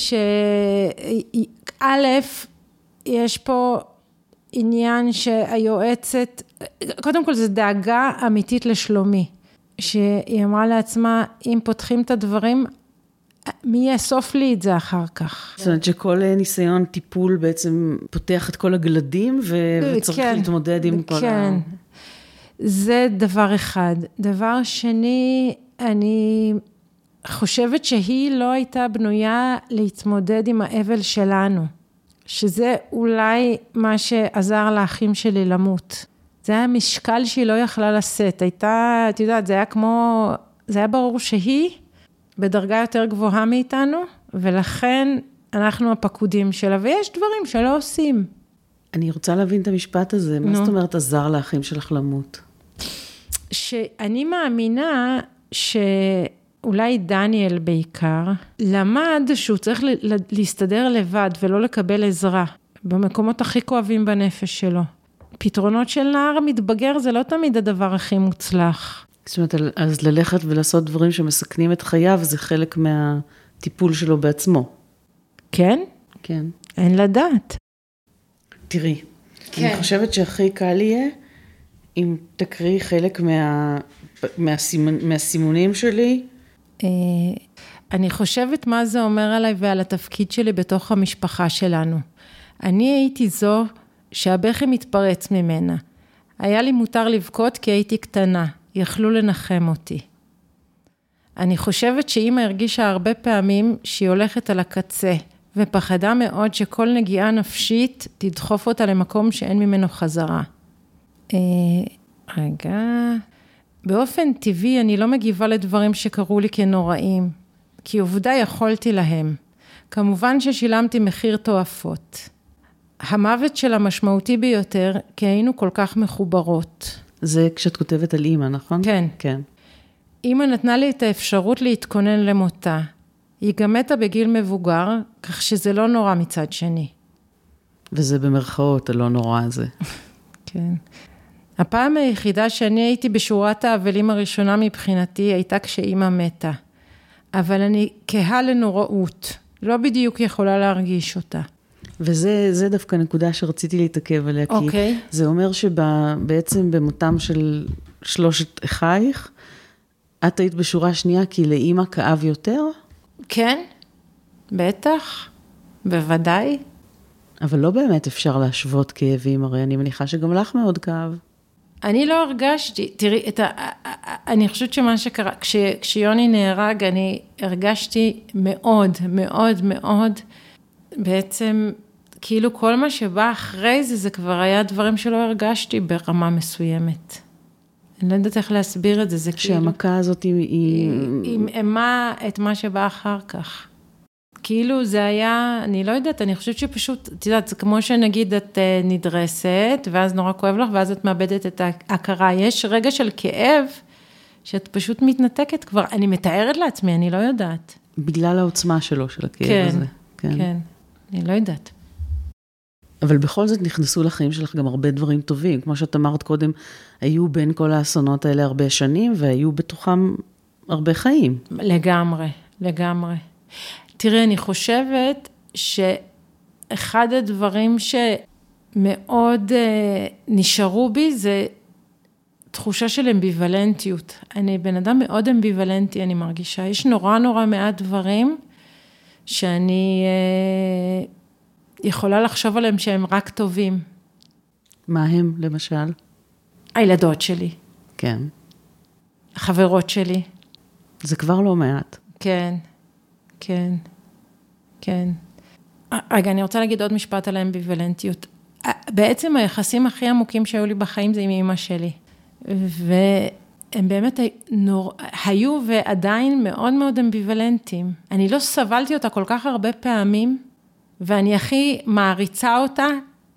שא', יש פה עניין שהיועצת, קודם כל זה דאגה אמיתית לשלומי, שהיא אמרה לעצמה, אם פותחים את הדברים, מי יאסוף לי את זה אחר כך? זאת אומרת שכל ניסיון טיפול בעצם פותח את כל הגלדים, וצריך כן, להתמודד עם כל כן. ה... זה דבר אחד. דבר שני, אני חושבת שהיא לא הייתה בנויה להתמודד עם האבל שלנו, שזה אולי מה שעזר לאחים שלי למות. זה היה משקל שהיא לא יכלה לשאת, הייתה, את יודעת, זה היה כמו, זה היה ברור שהיא בדרגה יותר גבוהה מאיתנו, ולכן אנחנו הפקודים שלה, ויש דברים שלא עושים. אני רוצה להבין את המשפט הזה, מה זאת אומרת עזר לאחים שלך למות? שאני מאמינה שאולי דניאל בעיקר, למד שהוא צריך להסתדר לבד ולא לקבל עזרה, במקומות הכי כואבים בנפש שלו. פתרונות של נער מתבגר זה לא תמיד הדבר הכי מוצלח. זאת אומרת, אז ללכת ולעשות דברים שמסכנים את חייו, זה חלק מהטיפול שלו בעצמו. כן? כן. אין לדעת. תראי, כן. אני חושבת שהכי קל יהיה, אם תקריאי חלק מה, מהסימנ, מהסימונים שלי. אני חושבת מה זה אומר עליי ועל התפקיד שלי בתוך המשפחה שלנו. אני הייתי זו שהבכי מתפרץ ממנה. היה לי מותר לבכות כי הייתי קטנה, יכלו לנחם אותי. אני חושבת שאמא הרגישה הרבה פעמים שהיא הולכת על הקצה, ופחדה מאוד שכל נגיעה נפשית תדחוף אותה למקום שאין ממנו חזרה. אה, רגע, באופן טבעי אני לא מגיבה לדברים שקרו לי כנוראים, כי עובדה יכולתי להם. כמובן ששילמתי מחיר תועפות. המוות שלה משמעותי ביותר, כי היינו כל כך מחוברות. זה כשאת כותבת על אמא, נכון? כן. כן. אמא נתנה לי את האפשרות להתכונן למותה. היא גם מתה בגיל מבוגר, כך שזה לא נורא מצד שני. וזה במרכאות, הלא נורא הזה. כן. הפעם היחידה שאני הייתי בשורת האבלים הראשונה מבחינתי, הייתה כשאמא מתה. אבל אני כהה לנוראות, לא בדיוק יכולה להרגיש אותה. וזה זה דווקא נקודה שרציתי להתעכב עליה, כי אוקיי. זה אומר שבעצם במותם של שלושת אחייך, את היית בשורה שנייה, כי לאמא כאב יותר? כן, בטח, בוודאי. אבל לא באמת אפשר להשוות כאבים, הרי אני מניחה שגם לך מאוד כאב. אני לא הרגשתי, תראי, את ה, אני חושבת שמה שקרה, כש, כשיוני נהרג, אני הרגשתי מאוד, מאוד, מאוד, בעצם, כאילו כל מה שבא אחרי זה, זה כבר היה דברים שלא הרגשתי ברמה מסוימת. אני לא יודעת איך להסביר את זה, זה כאילו... שהמכה הזאת היא... היא... היא אמה את מה שבא אחר כך. כאילו זה היה, אני לא יודעת, אני חושבת שפשוט, את יודעת, זה כמו שנגיד את נדרסת, ואז נורא כואב לך, ואז את מאבדת את ההכרה. יש רגע של כאב, שאת פשוט מתנתקת כבר, אני מתארת לעצמי, אני לא יודעת. בגלל העוצמה שלו, של הכאב כן, הזה. כן, כן, אני לא יודעת. אבל בכל זאת נכנסו לחיים שלך גם הרבה דברים טובים. כמו שאת אמרת קודם, היו בין כל האסונות האלה הרבה שנים, והיו בתוכם הרבה חיים. לגמרי, לגמרי. תראה, אני חושבת שאחד הדברים שמאוד נשארו בי, זה תחושה של אמביוולנטיות. אני בן אדם מאוד אמביוולנטי, אני מרגישה. יש נורא נורא מעט דברים שאני... יכולה לחשוב עליהם שהם רק טובים. מה הם, למשל? הילדות שלי. כן. החברות שלי. זה כבר לא מעט. כן, כן, כן. רגע, אני רוצה להגיד עוד משפט על האמביוולנטיות. בעצם היחסים הכי עמוקים שהיו לי בחיים זה עם אמא שלי. והם באמת נור... היו ועדיין מאוד מאוד אמביוולנטיים. אני לא סבלתי אותה כל כך הרבה פעמים, ואני הכי מעריצה אותה,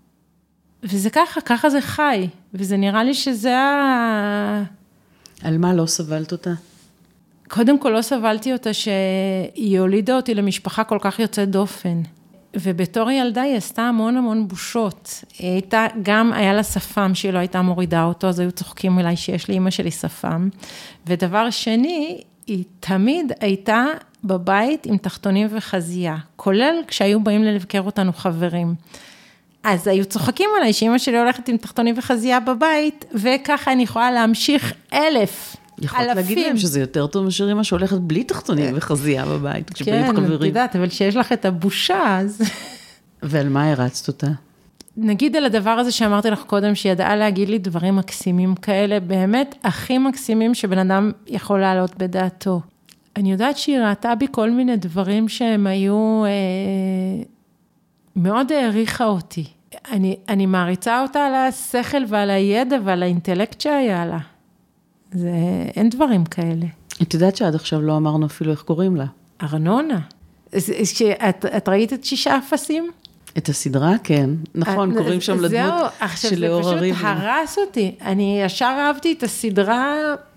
וזה ככה, ככה זה חי, וזה נראה לי שזה ה... על מה לא סבלת אותה? קודם כל לא סבלתי אותה שהיא הולידה אותי למשפחה כל כך יוצאת דופן, ובתור ילדה היא עשתה המון המון בושות, היא הייתה, גם היה לה שפם שהיא לא הייתה מורידה אותו, אז היו צוחקים אליי שיש לאמא שלי שפם, ודבר שני, היא תמיד הייתה בבית עם תחתונים וחזייה, כולל כשהיו באים לבקר אותנו חברים. אז היו צוחקים עליי שאמא שלי הולכת עם תחתונים וחזייה בבית, וככה אני יכולה להמשיך אלף, יכולת אלפים. להגיד להם שזה יותר טוב מאשר אמא שהולכת בלי תחתונים וחזייה בבית, כשבאים חברים. כן, את יודעת, אבל שיש לך את הבושה, אז... ועל מה הרצת אותה? נגיד על הדבר הזה שאמרתי לך קודם, שידעה להגיד לי דברים מקסימים כאלה, באמת הכי מקסימים שבן אדם יכול לעלות בדעתו. אני יודעת שהיא ראתה בי כל מיני דברים שהם היו, אה, מאוד העריכה אותי. אני, אני מעריצה אותה על השכל ועל הידע ועל האינטלקט שהיה לה. זה, אין דברים כאלה. את יודעת שעד עכשיו לא אמרנו אפילו איך קוראים לה. ארנונה. את, את ראית את שישה אפסים? את הסדרה, כן. נכון, קוראים שם לדמות של אור הריב. עכשיו זה פשוט הרס אותי. אני ישר אהבתי את הסדרה,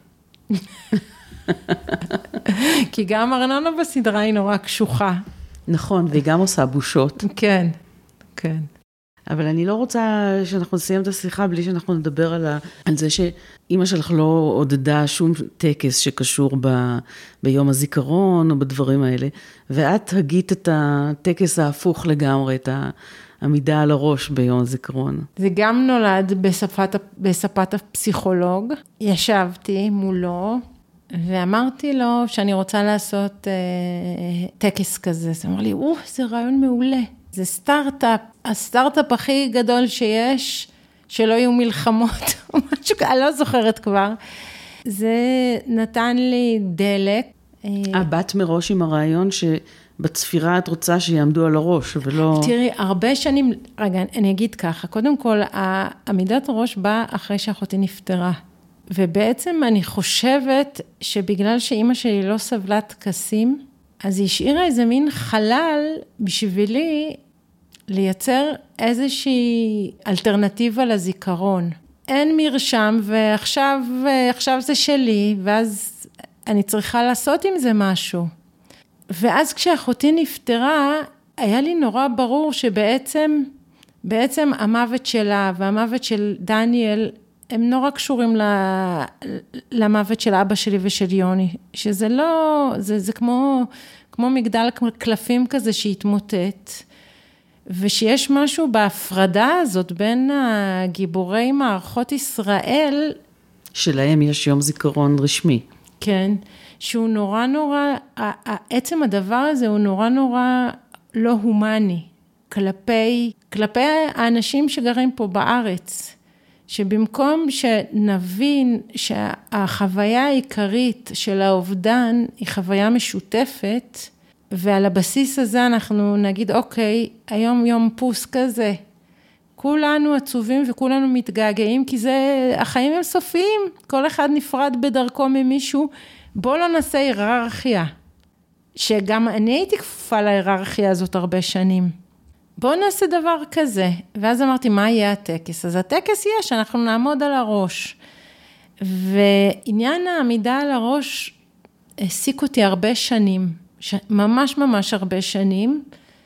כי גם ארנונה בסדרה היא נורא קשוחה. נכון, והיא גם עושה בושות. כן, כן. אבל אני לא רוצה שאנחנו נסיים את השיחה בלי שאנחנו נדבר על, ה... על זה שאמא שלך לא עודדה שום טקס שקשור ב... ביום הזיכרון או בדברים האלה, ואת הגית את הטקס ההפוך לגמרי, את העמידה על הראש ביום הזיכרון. זה גם נולד בספת, בספת הפסיכולוג, ישבתי מולו, ואמרתי לו שאני רוצה לעשות אה, טקס כזה, אז אמר לי, או, זה רעיון מעולה. זה סטארט-אפ, הסטארט-אפ הכי גדול שיש, שלא יהיו מלחמות, או משהו, אני לא זוכרת כבר. זה נתן לי דלק. הבת מראש עם הרעיון שבצפירה את רוצה שיעמדו על הראש, ולא... תראי, הרבה שנים, רגע, אני אגיד ככה, קודם כל, עמידת הראש באה אחרי שאחותי נפטרה. ובעצם אני חושבת שבגלל שאימא שלי לא סבלה טקסים, אז היא השאירה איזה מין חלל בשבילי לייצר איזושהי אלטרנטיבה לזיכרון. אין מרשם ועכשיו עכשיו זה שלי, ואז אני צריכה לעשות עם זה משהו. ואז כשאחותי נפטרה, היה לי נורא ברור שבעצם בעצם המוות שלה והמוות של דניאל, הם נורא קשורים למוות של אבא שלי ושל יוני, שזה לא, זה, זה כמו, כמו מגדל קלפים כזה שהתמוטט, ושיש משהו בהפרדה הזאת בין הגיבורי מערכות ישראל, שלהם יש יום זיכרון רשמי. כן, שהוא נורא נורא, עצם הדבר הזה הוא נורא נורא לא הומני, כלפי, כלפי האנשים שגרים פה בארץ, שבמקום שנבין שהחוויה העיקרית של האובדן היא חוויה משותפת, ועל הבסיס הזה אנחנו נגיד, אוקיי, היום יום פוס כזה, כולנו עצובים וכולנו מתגעגעים, כי זה, החיים הם סופיים, כל אחד נפרד בדרכו ממישהו, בוא לא נעשה היררכיה, שגם אני הייתי כפופה להיררכיה הזאת הרבה שנים, בואו נעשה דבר כזה, ואז אמרתי, מה יהיה הטקס? אז הטקס יהיה שאנחנו נעמוד על הראש, ועניין העמידה על הראש העסיק אותי הרבה שנים, ממש ממש הרבה שנים,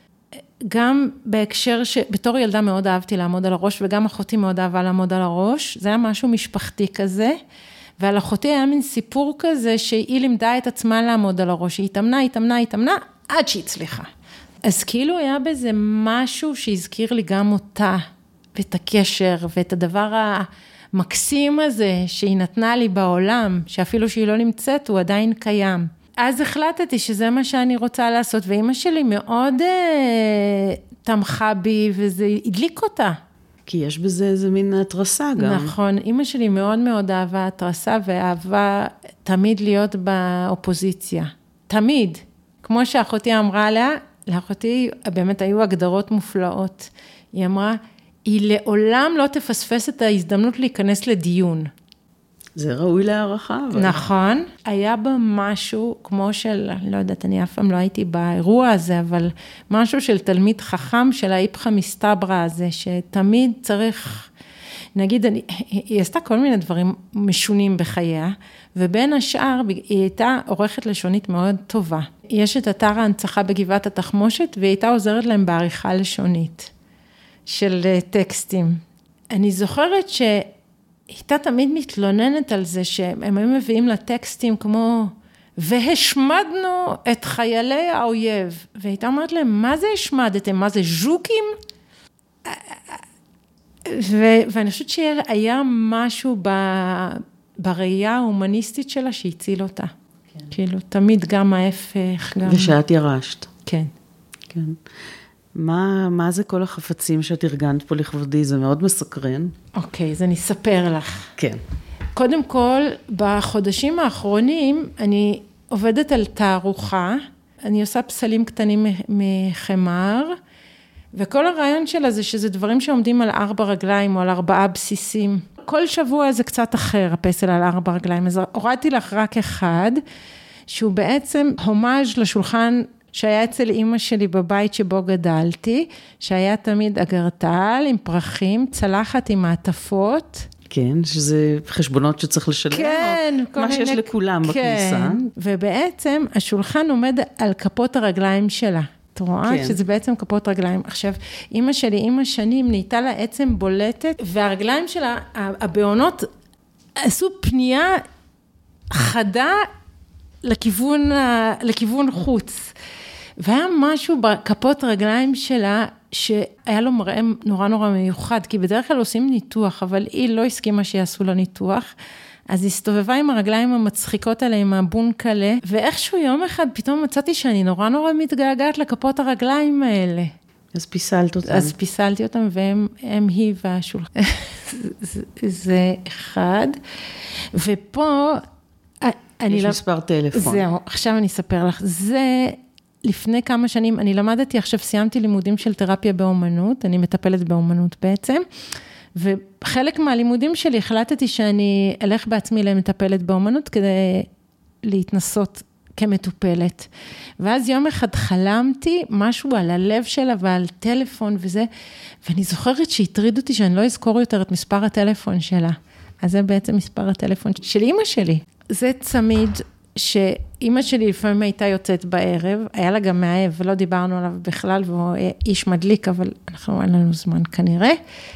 גם בהקשר שבתור ילדה מאוד אהבתי לעמוד על הראש, וגם אחותי מאוד אהבה לעמוד על הראש, זה היה משהו משפחתי כזה, ועל אחותי היה מין סיפור כזה, שהיא לימדה את עצמה לעמוד על הראש, היא התאמנה, התאמנה, התאמנה, עד שהיא הצליחה. אז כאילו היה בזה משהו שהזכיר לי גם אותה, ואת הקשר, ואת הדבר המקסים הזה שהיא נתנה לי בעולם, שאפילו שהיא לא נמצאת, הוא עדיין קיים. אז החלטתי שזה מה שאני רוצה לעשות, ואמא שלי מאוד אה, תמכה בי, וזה הדליק אותה. כי יש בזה איזה מין התרסה גם. נכון, אמא שלי מאוד מאוד אהבה התרסה, ואהבה תמיד להיות באופוזיציה. תמיד. כמו שאחותי אמרה לה, לאחותי באמת היו הגדרות מופלאות. היא אמרה, היא לעולם לא תפספס את ההזדמנות להיכנס לדיון. זה ראוי להערכה. אבל... נכון. היה בה משהו כמו של, לא יודעת, אני אף פעם לא הייתי באירוע הזה, אבל משהו של תלמיד חכם של האיפכא מסתברא הזה, שתמיד צריך, נגיד, אני, היא עשתה כל מיני דברים משונים בחייה, ובין השאר היא הייתה עורכת לשונית מאוד טובה. יש את אתר ההנצחה בגבעת התחמושת, והיא הייתה עוזרת להם בעריכה לשונית של טקסטים. אני זוכרת שהייתה תמיד מתלוננת על זה, שהם היו מביאים לטקסטים כמו, והשמדנו את חיילי האויב. והייתה אומרת להם, מה זה השמדתם? מה זה ז'וקים? ו- ואני חושבת שהיה משהו ב- בראייה ההומניסטית שלה שהציל אותה. כן. כאילו, תמיד גם ההפך. גם... ושאת ירשת. כן. כן. מה, מה זה כל החפצים שאת ארגנת פה לכבודי? זה מאוד מסקרן. אוקיי, אז אני אספר לך. כן. קודם כל, בחודשים האחרונים אני עובדת על תערוכה, אני עושה פסלים קטנים מחמר, וכל הרעיון שלה זה שזה דברים שעומדים על ארבע רגליים או על ארבעה בסיסים. כל שבוע זה קצת אחר, הפסל על ארבע רגליים. אז הורדתי לך רק אחד, שהוא בעצם הומאז' לשולחן שהיה אצל אמא שלי בבית שבו גדלתי, שהיה תמיד אגרטל עם פרחים, צלחת עם מעטפות. כן, שזה חשבונות שצריך לשלם. כן. מה שיש מיני... לכולם כן. בכניסה. ובעצם השולחן עומד על כפות הרגליים שלה. את רואה כן. שזה בעצם כפות רגליים. עכשיו, אמא שלי, עם השנים, נהייתה לה עצם בולטת, והרגליים שלה, הבעונות, עשו פנייה חדה לכיוון, לכיוון חוץ. והיה משהו בכפות רגליים שלה, שהיה לו מראה נורא נורא מיוחד, כי בדרך כלל עושים ניתוח, אבל היא לא הסכימה שיעשו לה ניתוח, אז היא הסתובבה עם הרגליים המצחיקות האלה, עם הבונקלה, ואיכשהו יום אחד פתאום מצאתי שאני נורא נורא מתגעגעת לכפות הרגליים האלה. אז פיסלת אותם. אז פיסלתי אותם, והם הם היא והשולחן. זה, זה אחד. ופה, אני יש לא... מספר טלפון. זהו, עכשיו אני אספר לך. זה... לפני כמה שנים, אני למדתי, עכשיו סיימתי לימודים של תרפיה באומנות, אני מטפלת באומנות בעצם, וחלק מהלימודים שלי החלטתי שאני אלך בעצמי למטפלת באומנות, כדי להתנסות כמטופלת. ואז יום אחד חלמתי משהו על הלב שלה ועל טלפון וזה, ואני זוכרת שהטריד אותי שאני לא אזכור יותר את מספר הטלפון שלה. אז זה בעצם מספר הטלפון של אמא שלי. זה צמיד שאמא שלי לפעמים הייתה יוצאת בערב, היה לה גם מאהב, ולא דיברנו עליו בכלל, והוא איש מדליק, אבל אנחנו אין לנו זמן כנראה.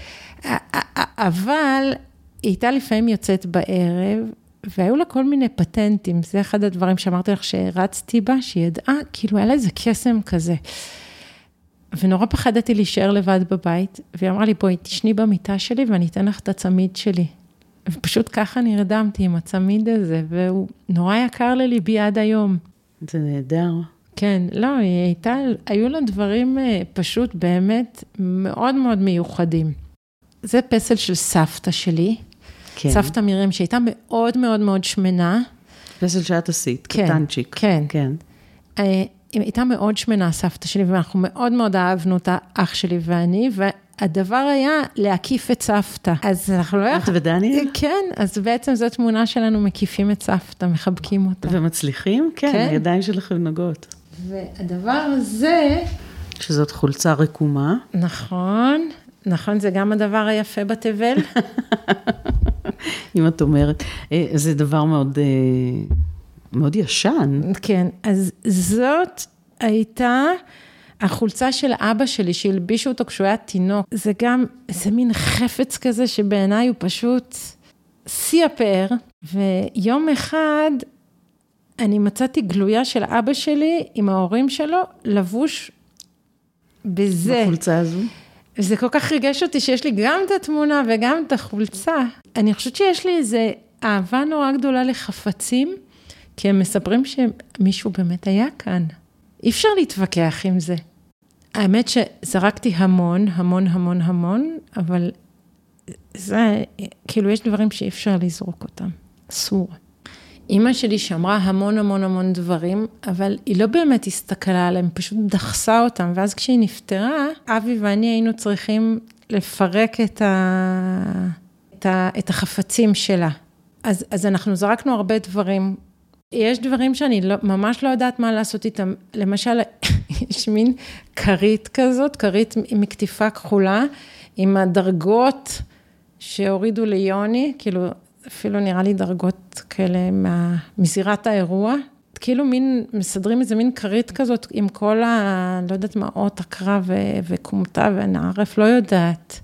אבל היא הייתה לפעמים יוצאת בערב, והיו לה כל מיני פטנטים, זה אחד הדברים שאמרתי לך שרצתי בה, שהיא ידעה, כאילו היה לה איזה קסם כזה. ונורא פחדתי להישאר לבד בבית, והיא אמרה לי, בואי, תשני במיטה שלי, ואני אתן לך את הצמיד שלי. ופשוט ככה נרדמתי עם הצמיד הזה, והוא נורא יקר לליבי עד היום. זה נהדר. כן, לא, היא הייתה, היו לה דברים פשוט באמת מאוד מאוד מיוחדים. זה פסל של סבתא שלי, כן. סבתא מירים, שהייתה מאוד מאוד מאוד שמנה. פסל שאת עשית, כן, קטנצ'יק. כן, כן. היא הייתה מאוד שמנה, סבתא שלי, ואנחנו מאוד מאוד אהבנו אותה, אח שלי ואני, ו... הדבר היה להקיף את סבתא. אז אנחנו לא... את ודניאל? כן, אז בעצם זו תמונה שלנו, מקיפים את סבתא, מחבקים אותה. ומצליחים? כן, כן. הידיים שלכם נוגעות. והדבר הזה... שזאת חולצה רקומה. נכון, נכון, זה גם הדבר היפה בתבל. אם את אומרת, זה דבר מאוד, מאוד ישן. כן, אז זאת הייתה... החולצה של אבא שלי, שהלבישו אותו כשהוא היה תינוק, זה גם, זה מין חפץ כזה, שבעיניי הוא פשוט שיא הפאר, ויום אחד, אני מצאתי גלויה של אבא שלי, עם ההורים שלו, לבוש בזה. בחולצה הזו? וזה כל כך ריגש אותי, שיש לי גם את התמונה, וגם את החולצה. אני חושבת שיש לי איזו אהבה נורא גדולה לחפצים, כי הם מספרים שמישהו באמת היה כאן. אי אפשר להתווכח עם זה. האמת שזרקתי המון, המון, המון, המון, אבל זה, כאילו יש דברים שאי אפשר לזרוק אותם. אסור. אמא שלי שמרה המון, המון, המון דברים, אבל היא לא באמת הסתכלה עליהם, פשוט דחסה אותם, ואז כשהיא נפטרה, אבי ואני היינו צריכים לפרק את, ה... את, ה... את החפצים שלה. אז, אז אנחנו זרקנו הרבה דברים, יש דברים שאני לא, ממש לא יודעת מה לעשות איתם. למשל, יש מין קרית כזאת, קרית עם כתיפה כחולה, עם הדרגות שהורידו ליוני, כאילו אפילו נראה לי דרגות כאלה מזירת האירוע. כאילו מין, מסדרים איזה מין קרית כזאת עם כל ה, לא יודעת מה, אות הקרב וקומתה ונערף, לא יודעת.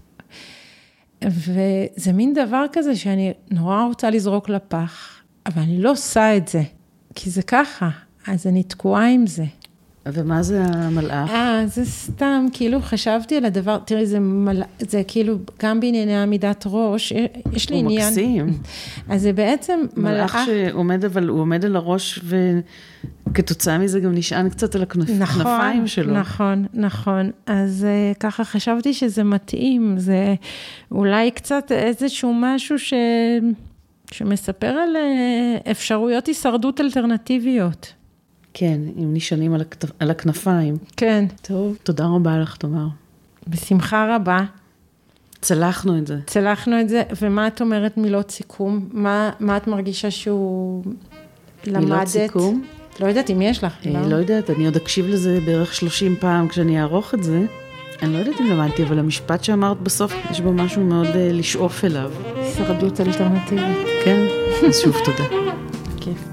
וזה מין דבר כזה שאני נורא רוצה לזרוק לפח. אבל אני לא עושה את זה, כי זה ככה, אז אני תקועה עם זה. ומה זה המלאך? אה, זה סתם, כאילו חשבתי על הדבר, תראי, זה, מל... זה כאילו גם בענייני עמידת ראש, יש לי עניין. הוא מקסים. אז זה בעצם מלאך. מלאך שעומד, אבל הוא עומד על הראש כתוצאה מזה גם נשען קצת על הכנפיים נכון, שלו. נכון, נכון. אז uh, ככה חשבתי שזה מתאים, זה אולי קצת איזשהו משהו ש... שמספר על uh, אפשרויות הישרדות אלטרנטיביות. כן, אם נשענים על, הכתפ... על הכנפיים. כן. טוב, תודה רבה לך, תמר. בשמחה רבה. צלחנו את זה. צלחנו את זה, ומה את אומרת מילות סיכום? מה, מה את מרגישה שהוא למדת? מילות סיכום? לא יודעת אם יש לך. לא? לא יודעת, אני עוד אקשיב לזה בערך שלושים פעם כשאני אערוך את זה. אני לא יודעת אם למדתי, אבל המשפט שאמרת בסוף, יש בו משהו מאוד uh, לשאוף אליו. הישרדות אלטרנטיבית. כן, אז שוב תודה. כיף.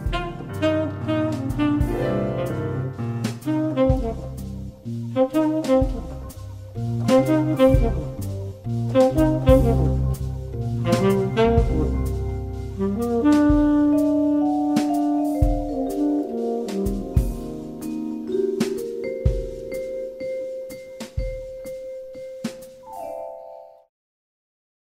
Thank you.